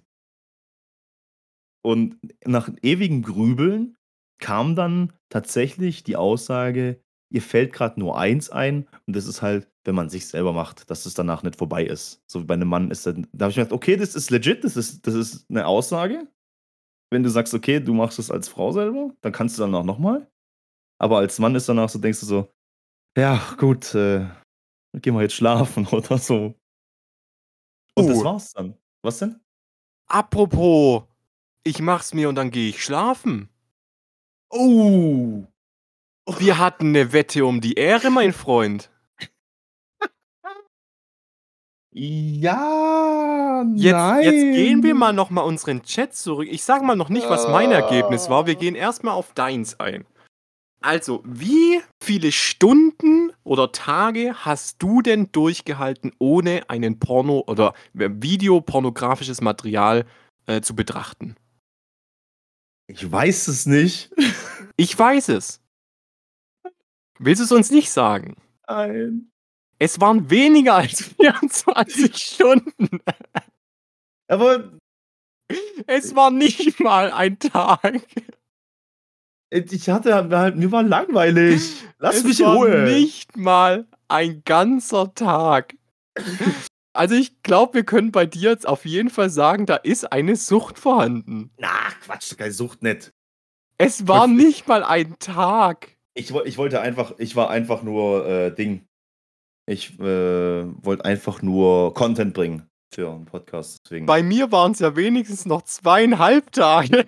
[SPEAKER 1] Und nach ewigem Grübeln kam dann tatsächlich die Aussage: „Ihr fällt grad nur eins ein und das ist halt, wenn man sich selber macht, dass es danach nicht vorbei ist.“ So wie bei 'nem Mann ist dann da habe ich mir gedacht: „Okay, das ist legit, das ist das ist 'ne Aussage. Wenn du sagst, okay, du machst es als Frau selber, dann kannst du danach noch mal. Aber als Mann ist danach so denkst du so: „Ja, gut, äh, gehen wir jetzt schlafen“ oder so. Und das
[SPEAKER 2] Uh.
[SPEAKER 1] war's dann. Was denn?
[SPEAKER 2] Apropos, ich mache es mir und dann gehe ich schlafen.
[SPEAKER 1] Oh.
[SPEAKER 2] Wir hatten 'ne Wette um die Ehre, mein Freund.
[SPEAKER 1] Ja,
[SPEAKER 2] Jetzt, jetzt gehen wir mal
[SPEAKER 1] nein.
[SPEAKER 2] noch mal unseren Chat zurück. Ich sage mal noch nicht, was mein Ergebnis war. Wir gehen erst mal auf deins ein. Also, wie viele Stunden oder Tage hast du denn durchgehalten, ohne einen Porno oder videopornografisches Material äh, zu betrachten?
[SPEAKER 1] Ich weiß es nicht.
[SPEAKER 2] Ich weiß es. Willst du es uns nicht sagen?
[SPEAKER 1] Nein.
[SPEAKER 2] Es waren weniger als vierundzwanzig Stunden.
[SPEAKER 1] Aber
[SPEAKER 2] Es war nicht mal ein Tag.
[SPEAKER 1] ich hatte halt, mir war langweilig. Lass
[SPEAKER 2] Es
[SPEAKER 1] mich in
[SPEAKER 2] war
[SPEAKER 1] Ruhe.
[SPEAKER 2] nicht mal ein ganzer Tag. Also ich glaube, wir können bei dir jetzt auf jeden Fall sagen, da ist eine Sucht vorhanden.
[SPEAKER 1] Na, Quatsch, keine Sucht nicht.
[SPEAKER 2] Es war nicht mal ein Tag.
[SPEAKER 1] Ich, woll- ich wollte einfach, ich war einfach nur äh, Ding. Ich äh, wollte einfach nur Content bringen für einen Podcast. Deswegen.
[SPEAKER 2] Bei mir waren es ja wenigstens noch zweieinhalb Tage.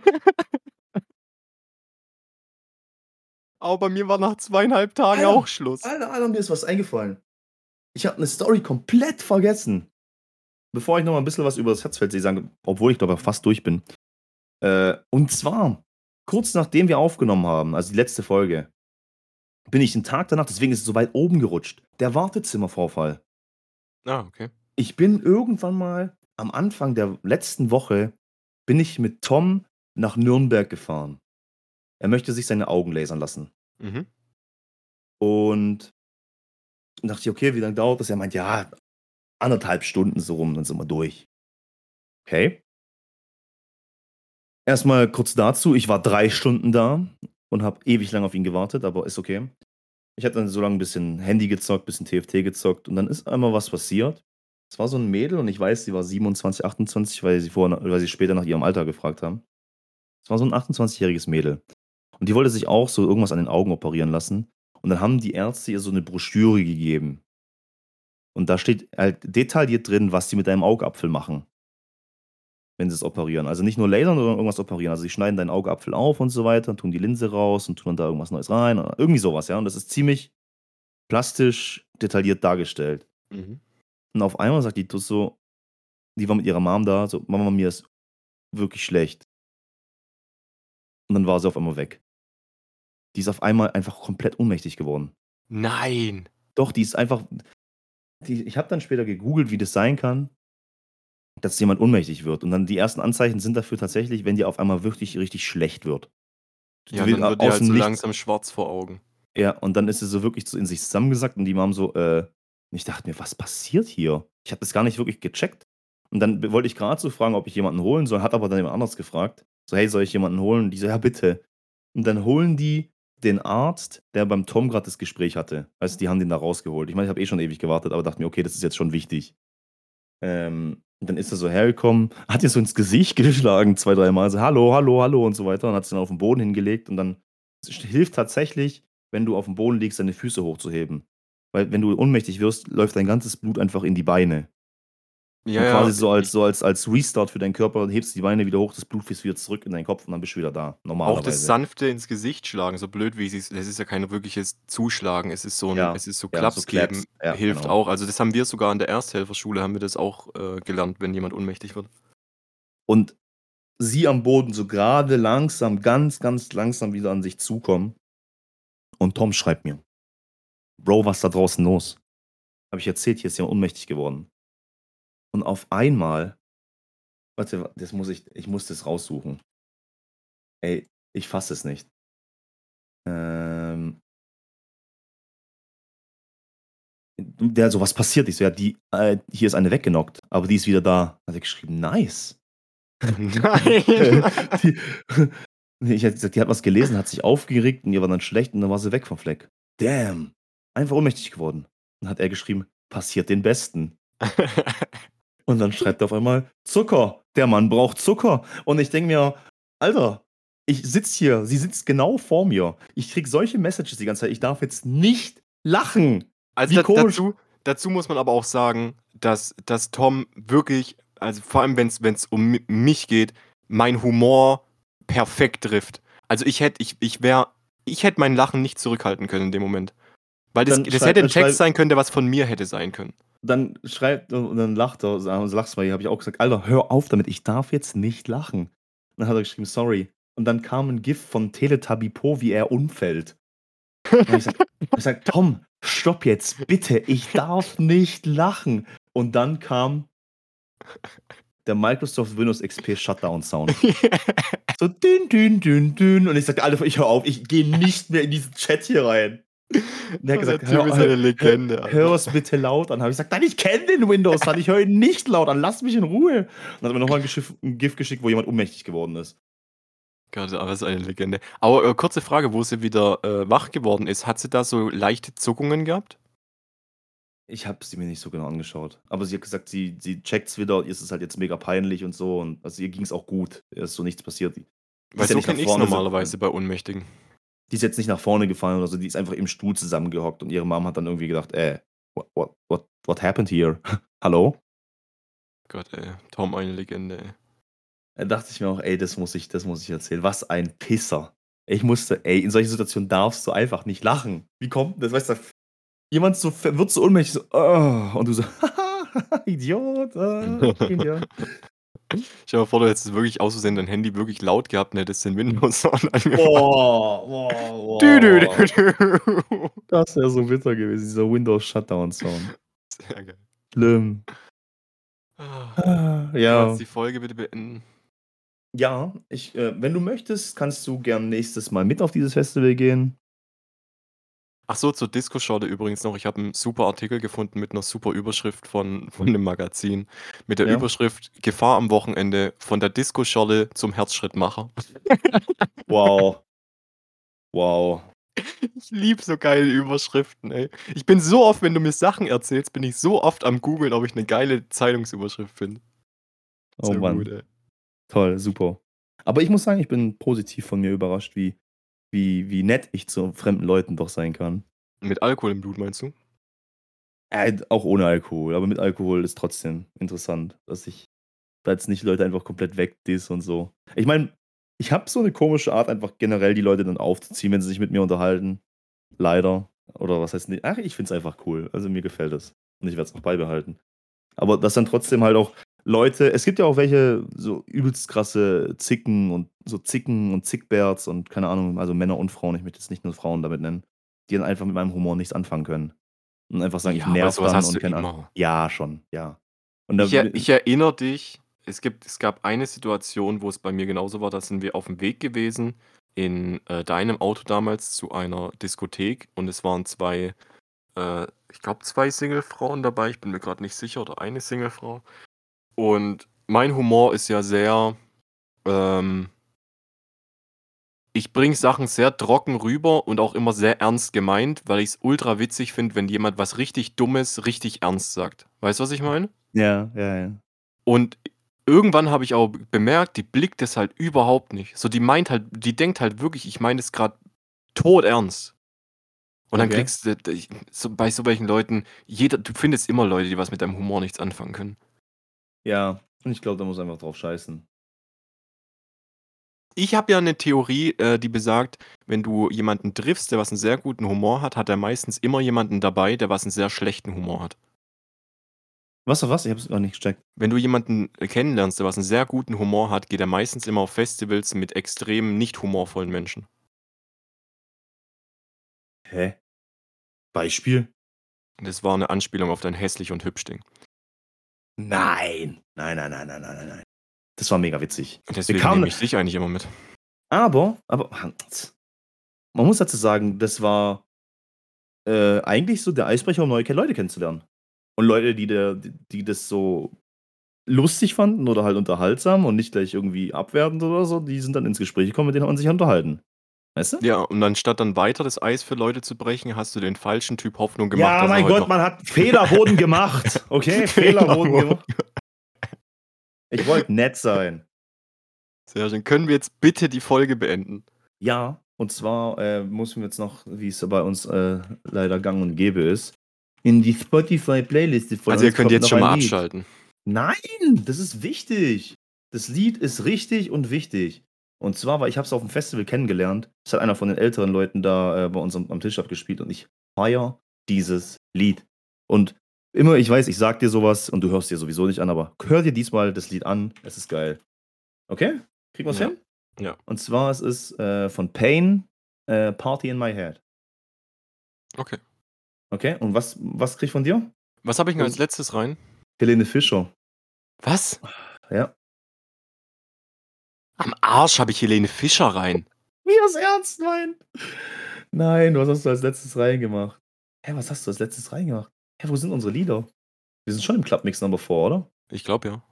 [SPEAKER 2] Aber bei mir war nach zweieinhalb Tagen
[SPEAKER 1] Alter,
[SPEAKER 2] auch Schluss.
[SPEAKER 1] Alter, Alter, mir ist was eingefallen. Ich habe eine Story komplett vergessen. Bevor ich noch mal ein bisschen was über das Herzfeldsee sage, obwohl ich glaube fast durch bin. Äh, und zwar, kurz nachdem wir aufgenommen haben, also die letzte Folge, bin ich den Tag danach, deswegen ist es so weit oben gerutscht, der Wartezimmervorfall.
[SPEAKER 2] Ah, okay.
[SPEAKER 1] Ich bin irgendwann mal am Anfang der letzten Woche, bin ich mit Tom nach Nürnberg gefahren. Er möchte sich seine Augen lasern lassen.
[SPEAKER 2] Mhm.
[SPEAKER 1] Und dann dachte ich, okay, wie lange dauert das? Er meint, ja, anderthalb Stunden so rum, dann sind wir durch. Okay. Erstmal kurz dazu, ich war drei Stunden da und habe ewig lang auf ihn gewartet, aber ist okay. Ich habe dann so lange ein bisschen Handy gezockt, ein bisschen T F T gezockt und dann ist einmal was passiert. Es war so ein Mädel und ich weiß, sie war siebenundzwanzig, achtundzwanzig, weil sie, vorher, weil sie später nach ihrem Alter gefragt haben. Es war so ein achtundzwanzigjähriges Mädel. Und die wollte sich auch so irgendwas an den Augen operieren lassen. Und dann haben die Ärzte ihr so eine Broschüre gegeben. Und da steht halt detailliert drin, was sie mit deinem Augapfel machen, wenn sie es operieren. Also nicht nur lasern, sondern irgendwas operieren. Also sie schneiden deinen Augapfel auf und so weiter, tun die Linse raus und tun dann da irgendwas Neues rein. Oder irgendwie sowas, ja. Und das ist ziemlich plastisch detailliert dargestellt.
[SPEAKER 2] Mhm.
[SPEAKER 1] Und auf einmal sagt die Tuss so, die war mit ihrer Mom da, so, Mama, mir ist wirklich schlecht. Und dann war sie auf einmal weg. Die ist auf einmal einfach komplett ohnmächtig geworden.
[SPEAKER 2] Nein.
[SPEAKER 1] Doch, die ist einfach. Die, ich habe dann später gegoogelt, wie das sein kann, dass jemand ohnmächtig wird. Und dann die ersten Anzeichen sind dafür tatsächlich, wenn dir auf einmal wirklich richtig schlecht wird. Du
[SPEAKER 2] Ja,
[SPEAKER 1] willst
[SPEAKER 2] dann wird dir
[SPEAKER 1] aus
[SPEAKER 2] halt
[SPEAKER 1] dem
[SPEAKER 2] so
[SPEAKER 1] Nichts.
[SPEAKER 2] langsam schwarz vor Augen.
[SPEAKER 1] Ja, und dann ist sie so wirklich so in sich zusammengesackt und die Mom so, äh, und ich dachte mir, was passiert hier? Ich habe das gar nicht wirklich gecheckt. Und dann be- wollte ich gerade so fragen, ob ich jemanden holen soll, hat aber dann jemand anders gefragt. So, hey, soll ich jemanden holen? Und die so, ja, bitte. Und dann holen die den Arzt, der beim Tom gerade das Gespräch hatte. Weißt du, die haben den da rausgeholt. Ich meine, ich habe eh schon ewig gewartet, aber dachte mir, okay, das ist jetzt schon wichtig. Ähm, und dann ist er so hergekommen, hat ihn so ins Gesicht geschlagen, zwei, dreimal, so, hallo, hallo, hallo und so weiter. Und hat sich dann auf den Boden hingelegt und dann es hilft tatsächlich, wenn du auf dem Boden liegst, deine Füße hochzuheben. Weil wenn du ohnmächtig wirst, läuft dein ganzes Blut einfach in die Beine.
[SPEAKER 2] Ja,
[SPEAKER 1] Und
[SPEAKER 2] ja,
[SPEAKER 1] quasi so als,
[SPEAKER 2] ich,
[SPEAKER 1] so als, als Restart für deinen Körper, hebst du die Beine wieder hoch, das Blut fließt wieder zurück in deinen Kopf und dann bist du wieder da,
[SPEAKER 2] auch das
[SPEAKER 1] normalerweise.
[SPEAKER 2] sanfte ins Gesicht schlagen, so blöd wie es ist, das ist ja kein wirkliches Zuschlagen, es ist so ein,
[SPEAKER 1] Ja,
[SPEAKER 2] es ist so
[SPEAKER 1] ja,
[SPEAKER 2] Klaps
[SPEAKER 1] so Claps.
[SPEAKER 2] geben,
[SPEAKER 1] Ja,
[SPEAKER 2] hilft
[SPEAKER 1] genau.
[SPEAKER 2] auch. Also das haben wir sogar in der Ersthelferschule, haben wir das auch äh, gelernt, wenn jemand ohnmächtig wird.
[SPEAKER 1] Und sie am Boden so gerade langsam, ganz, ganz langsam wieder an sich zukommen. Und Tom schreibt mir, Bro, was ist da draußen los? Habe ich erzählt, hier ist jemand ohnmächtig geworden. Und auf einmal, warte, das muss ich, ich muss das raussuchen. Ey, ich fasse es nicht. Ähm, der so, was passiert? Ich so, ja, die, äh, hier ist eine weggenockt, aber die ist wieder da. Hat er geschrieben, nice.
[SPEAKER 2] Nein!
[SPEAKER 1] die, nee, ich hätte gesagt, die hat was gelesen, hat sich aufgeregt und ihr war dann schlecht und dann war sie weg vom Fleck. Damn. Einfach ohnmächtig geworden. Dann hat er geschrieben, passiert den Besten. Und dann schreibt er auf einmal, Zucker. Der Mann braucht Zucker. Und ich denke mir, Alter, ich sitze hier, sie sitzt genau vor mir. Ich krieg solche Messages die ganze Zeit. Ich darf jetzt nicht lachen.
[SPEAKER 2] Also
[SPEAKER 1] Wie
[SPEAKER 2] da,
[SPEAKER 1] komisch.
[SPEAKER 2] dazu, dazu muss man aber auch sagen, dass, dass Tom wirklich, also vor allem wenn es um mi- mich geht, mein Humor perfekt trifft. Also ich hätte, ich, ich wäre, ich hätte mein Lachen nicht zurückhalten können in dem Moment. Weil das,
[SPEAKER 1] Dann
[SPEAKER 2] das
[SPEAKER 1] schreib,
[SPEAKER 2] hätte
[SPEAKER 1] dann
[SPEAKER 2] ein Text
[SPEAKER 1] schreib,
[SPEAKER 2] sein können, der was von mir hätte sein können.
[SPEAKER 1] dann schreibt und dann lacht er, so lachst du mal, habe ich auch gesagt: „Alter, hör auf damit, ich darf jetzt nicht lachen.“ Und dann hat er geschrieben: „Sorry.“ Und dann kam 'n GIF von Teletubby Po, wie er umfällt. Und habe ich gesagt habe ich gesagt: „Tom, stopp jetzt, bitte, ich darf nicht lachen.“ Und dann kam der Microsoft Windows X P Shutdown Sound. So dün, dün, dün, dün. Und ich sagte: „Alter, ich höre auf, ich gehe nicht mehr in diesen Chat hier rein.“ Und er hat
[SPEAKER 2] Oh, der
[SPEAKER 1] gesagt:
[SPEAKER 2] Typ
[SPEAKER 1] „Hör
[SPEAKER 2] ist
[SPEAKER 1] hör
[SPEAKER 2] eine
[SPEAKER 1] hör
[SPEAKER 2] Legende,
[SPEAKER 1] hör
[SPEAKER 2] Alter.
[SPEAKER 1] es bitte laut an.“ Habe ich gesagt: „Nein, ich kenne den Windows Sound, ich höre ihn nicht laut an, lass mich in Ruhe.“ Und dann hat er mir noch mal 'n Geschif 'n GIF geschickt, wo jemand ohnmächtig geworden ist.
[SPEAKER 2] Gott, aber ist eine Legende. Aber, äh, kurze Frage, wo sie wieder, äh, wach geworden ist, hat sie da so leichte Zuckungen gehabt?
[SPEAKER 1] Ich habe sie mir nicht so genau angeschaut. Aber sie hat gesagt, sie sie checkt's wieder, ihr ist es halt jetzt mega peinlich und so und also, ihr ging's auch gut. Ihr ist so nichts passiert. Die die
[SPEAKER 2] Weil
[SPEAKER 1] ist ja
[SPEAKER 2] so
[SPEAKER 1] nicht nach
[SPEAKER 2] kenne ich's
[SPEAKER 1] vorne so
[SPEAKER 2] normalerweise
[SPEAKER 1] gefallen.
[SPEAKER 2] bei Ohnmächtigen.
[SPEAKER 1] Die ist jetzt nicht nach vorne gefallen oder so, die ist einfach im Stuhl zusammengehockt und ihre Mom hat dann irgendwie gedacht: „Äh, what what what what happened here? Hallo?“
[SPEAKER 2] Gott, ey, Tom eine Legende, ey.
[SPEAKER 1] Da dachte ich mir auch: „Ey, das muss ich das muss ich erzählen. Was ein Pisser.“ Ich musste ey, in solchen Situationen darfst du einfach nicht lachen. Wie kommt das? Weißt du, jemand so ver wird so ohnmächtig so: „Oh“, und du so: „Idiot, ah, gib her.“
[SPEAKER 2] Stell dir mal vor, du hättest wirklich aus Versehen dein Handy wirklich laut gehabt und hättest den Windows Sound angemacht.
[SPEAKER 1] Boah, boah,
[SPEAKER 2] Dü, dü,
[SPEAKER 1] boah.
[SPEAKER 2] dü, dü.
[SPEAKER 1] Das wäre so bitter gewesen, dieser Windows Shutdown Sound.
[SPEAKER 2] Sehr geil.
[SPEAKER 1] Schlimm.
[SPEAKER 2] Ah.
[SPEAKER 1] Ah,
[SPEAKER 2] Können wir jetzt
[SPEAKER 1] ja.
[SPEAKER 2] die Folge bitte beenden?
[SPEAKER 1] Ja, ich äh, wenn du möchtest, kannst du gern nächstes Mal mit auf dieses Festival gehen.
[SPEAKER 2] Ach so, zur Disco-Scholle übrigens noch. Ich habe 'n super Artikel gefunden mit 'ner super Überschrift von von 'nem Magazin. Mit der
[SPEAKER 1] Ja.
[SPEAKER 2] Überschrift „Gefahr am Wochenende: Von der Disco-Scholle zum Herzschrittmacher.“
[SPEAKER 1] Wow. Wow.
[SPEAKER 2] Ich liebe so geile Überschriften, ey. Ich bin so oft, wenn du mir Sachen erzählst, bin ich so oft am Googeln, ob ich 'ne geile Zeitungsüberschrift finde.
[SPEAKER 1] Oh
[SPEAKER 2] So gut,
[SPEAKER 1] Mann.
[SPEAKER 2] ey.
[SPEAKER 1] Toll, super. Aber ich muss sagen, ich bin positiv von mir überrascht, wie wie wie nett ich zu fremden Leuten doch sein kann.
[SPEAKER 2] Mit Alkohol im Blut, meinst du?
[SPEAKER 1] Äh, auch ohne Alkohol, aber mit Alkohol ist trotzdem interessant, dass ich da jetzt nicht Leute einfach komplett wegdisse und so. Ich meine, ich habe so 'ne komische Art, einfach generell die Leute dann aufzuziehen, wenn sie sich mit mir unterhalten. Leider. Oder was heißt ne ach, ich finde es einfach cool. Also, mir gefällt es. Und ich werde es auch beibehalten. Aber dass dann trotzdem halt auch Leute es gibt ja auch welche, so übelst krasse Zicken und so Zicken und Zickbärts und keine Ahnung, also Männer und Frauen, ich möchte jetzt nicht nur Frauen damit nennen, die dann einfach mit meinem Humor nichts anfangen können. Und einfach sagen: „Ich
[SPEAKER 2] Ja, aber
[SPEAKER 1] nerv
[SPEAKER 2] so was
[SPEAKER 1] dann“
[SPEAKER 2] hast du
[SPEAKER 1] und keine Ahnung.
[SPEAKER 2] immer.
[SPEAKER 1] Ja, schon, ja. Und da
[SPEAKER 2] Ich er
[SPEAKER 1] w
[SPEAKER 2] ich erinnere dich, es gibt es gab eine Situation, wo es bei mir genauso war, da sind wir auf'm Weg gewesen in, äh, deinem Auto damals zu einer Diskothek und es waren zwei, äh, ich glaube, zwei Singlefrauen dabei, ich bin mir grad nicht sicher, oder eine Singlefrau. Und mein Humor ist ja sehr, ähm ich bringe Sachen sehr trocken rüber und auch immer sehr ernst gemeint, weil ich's ultra witzig finde, wenn jemand was richtig Dummes richtig ernst sagt. Weißt du, was ich meine?
[SPEAKER 1] Ja, ja, ja.
[SPEAKER 2] Und irgendwann habe ich aber b bemerkt, die blickt das halt überhaupt nicht. So, die meint halt die denkt halt wirklich, ich meine das grad todernst. Und dann
[SPEAKER 1] Okay.
[SPEAKER 2] kriegst du d ich so bei so welchen Leuten jeder du findest immer Leute, die was mit deinem Humor nichts anfangen können.
[SPEAKER 1] Ja, und ich glaube, da muss einfach drauf scheißen.
[SPEAKER 2] Ich habe ja 'ne Theorie, äh, die besagt, wenn du jemanden triffst, der was 'n sehr guten Humor hat, hat er meistens immer jemanden dabei, der was 'n sehr schlechten Humor hat.
[SPEAKER 1] Was auf was? Ich habe es grad nicht gecheckt.
[SPEAKER 2] Wenn du jemanden, äh, kennenlernst, der was 'n sehr guten Humor hat, geht er meistens immer auf Festivals mit extrem nicht humorvollen Menschen.
[SPEAKER 1] Hä? Beispiel?
[SPEAKER 2] Das war 'ne Anspielung auf dein hässlich und hübsch Ding.
[SPEAKER 1] Nein. Nein, nein, nein, nein, nein, nein, nein. Das war mega witzig. Wir
[SPEAKER 2] Deswegen nehme
[SPEAKER 1] kamen
[SPEAKER 2] ich dich eigentlich immer mit.
[SPEAKER 1] aber aber man muss dazu sagen, das war äh, eigentlich so der Eisbrecher, um neue ke Leute kennenzulernen. Und Leute, die da d die das so lustig fanden oder halt unterhaltsam und nicht gleich irgendwie abwertend oder so, die sind dann ins Gespräch gekommen, mit denen hat man sich unterhalten. Weißt du?
[SPEAKER 2] Ja, und anstatt dann weiter das Eis für Leute zu brechen, hast du den falschen Typ Hoffnung gemacht,
[SPEAKER 1] Ja,
[SPEAKER 2] dass er
[SPEAKER 1] mein
[SPEAKER 2] heute
[SPEAKER 1] Gott,
[SPEAKER 2] noch
[SPEAKER 1] man hat Fehler wurden gemacht, okay? Fehler
[SPEAKER 2] Fehler
[SPEAKER 1] wurden
[SPEAKER 2] wurden
[SPEAKER 1] gemacht. Ich wollte nett sein.
[SPEAKER 2] Sehr schön. Können wir jetzt bitte die Folge beenden?
[SPEAKER 1] Ja, und zwar, äh, müssen wir jetzt noch, wie es bei uns, äh, leider gang und gäbe ist, in die Spotify-Playliste von
[SPEAKER 2] Also, ihr
[SPEAKER 1] uns
[SPEAKER 2] könnt
[SPEAKER 1] kommt
[SPEAKER 2] jetzt
[SPEAKER 1] noch
[SPEAKER 2] schon
[SPEAKER 1] ein
[SPEAKER 2] mal
[SPEAKER 1] Lied.
[SPEAKER 2] abschalten.
[SPEAKER 1] Nein, das ist wichtig. Das Lied ist richtig und wichtig. Und zwar, weil ich habe es auf'm Festival kennengelernt. Es hat einer von den älteren Leuten da, äh, bei uns am am Tisch abgespielt und ich feiere dieses Lied. Und Immer, ich weiß, ich sag dir sowas und du hörst dir sowieso nicht an, aber hör dir diesmal das Lied an. Es ist geil. Okay? Kriegen wir's
[SPEAKER 2] Ja.
[SPEAKER 1] hin?
[SPEAKER 2] Ja.
[SPEAKER 1] Und zwar es ist äh, von Pain, äh, Party in My Head.
[SPEAKER 2] Okay.
[SPEAKER 1] Okay? Und was, was krieg ich von dir?
[SPEAKER 2] Was habe ich denn als
[SPEAKER 1] Und-
[SPEAKER 2] letztes rein?
[SPEAKER 1] Helene Fischer.
[SPEAKER 2] Was?
[SPEAKER 1] Ja.
[SPEAKER 2] Am Arsch habe ich Helene Fischer rein.
[SPEAKER 1] Wie das ernst meint? Nein, was hast du als letztes reingemacht? Hä, was hast du als letztes reingemacht? Hä, wo sind unsere Lieder? Wir sind schon im Clubmix Number vier, oder?
[SPEAKER 2] Ich glaube ja.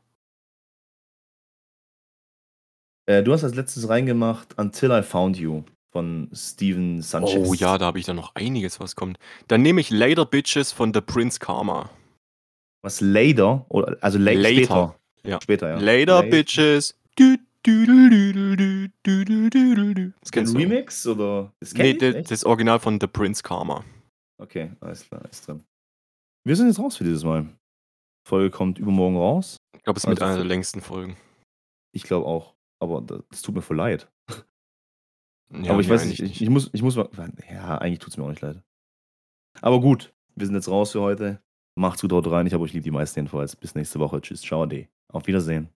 [SPEAKER 1] Äh, du hast als letztes reingemacht Until I Found You von Steven Sanchez.
[SPEAKER 2] Oh ja, da habe ich dann noch einiges, was kommt. Dann nehme ich Later Bitches von The Prince Karma.
[SPEAKER 1] Was, Later? Oder, also la
[SPEAKER 2] Later.
[SPEAKER 1] später.
[SPEAKER 2] Ja.
[SPEAKER 1] Später, ja.
[SPEAKER 2] Later
[SPEAKER 1] Late.
[SPEAKER 2] Bitches. Du, du, du, du, du, du, du, du, du, du. Das
[SPEAKER 1] Den
[SPEAKER 2] kennst du.
[SPEAKER 1] Remix oder? Das kenn
[SPEAKER 2] Nee,
[SPEAKER 1] ich,
[SPEAKER 2] das,
[SPEAKER 1] echt?
[SPEAKER 2] das Original von The Prince Karma.
[SPEAKER 1] Okay, alles klar, ist drin. Wir sind jetzt raus für dieses Mal. Folge kommt übermorgen raus.
[SPEAKER 2] Ich glaube, es ist mit
[SPEAKER 1] Also
[SPEAKER 2] einer
[SPEAKER 1] für-
[SPEAKER 2] der längsten Folgen.
[SPEAKER 1] Ich glaube auch. Aber das, das tut mir voll leid.
[SPEAKER 2] Ja,
[SPEAKER 1] aber ich
[SPEAKER 2] mir
[SPEAKER 1] weiß
[SPEAKER 2] eigentlich
[SPEAKER 1] nicht, ich, ich, muss, ich muss mal. Ja, eigentlich tut es mir auch nicht leid. Aber gut, wir sind jetzt raus für heute. Macht's gut, haut rein. Ich habe euch lieb, die meisten jedenfalls. Bis nächste Woche. Tschüss, ciao, ade. Auf Wiedersehen.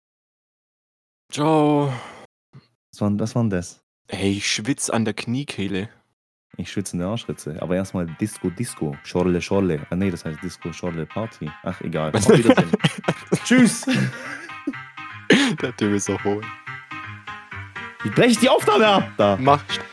[SPEAKER 2] Ciao.
[SPEAKER 1] Was war, was war denn das?
[SPEAKER 2] Hey, ich schwitz an der Kniekehle.
[SPEAKER 1] Ich schwitze in der Arschritze. Aber erstmal Disco, Disco. Schorle, Schorle. Ah, nee, das heißt Disco, Schorle, Party. Ach, egal. Auf Wiedersehen. Tschüss.
[SPEAKER 2] Der Typ ist so hohl.
[SPEAKER 1] Ich breche die Aufnahme ab. Da.
[SPEAKER 2] Mach.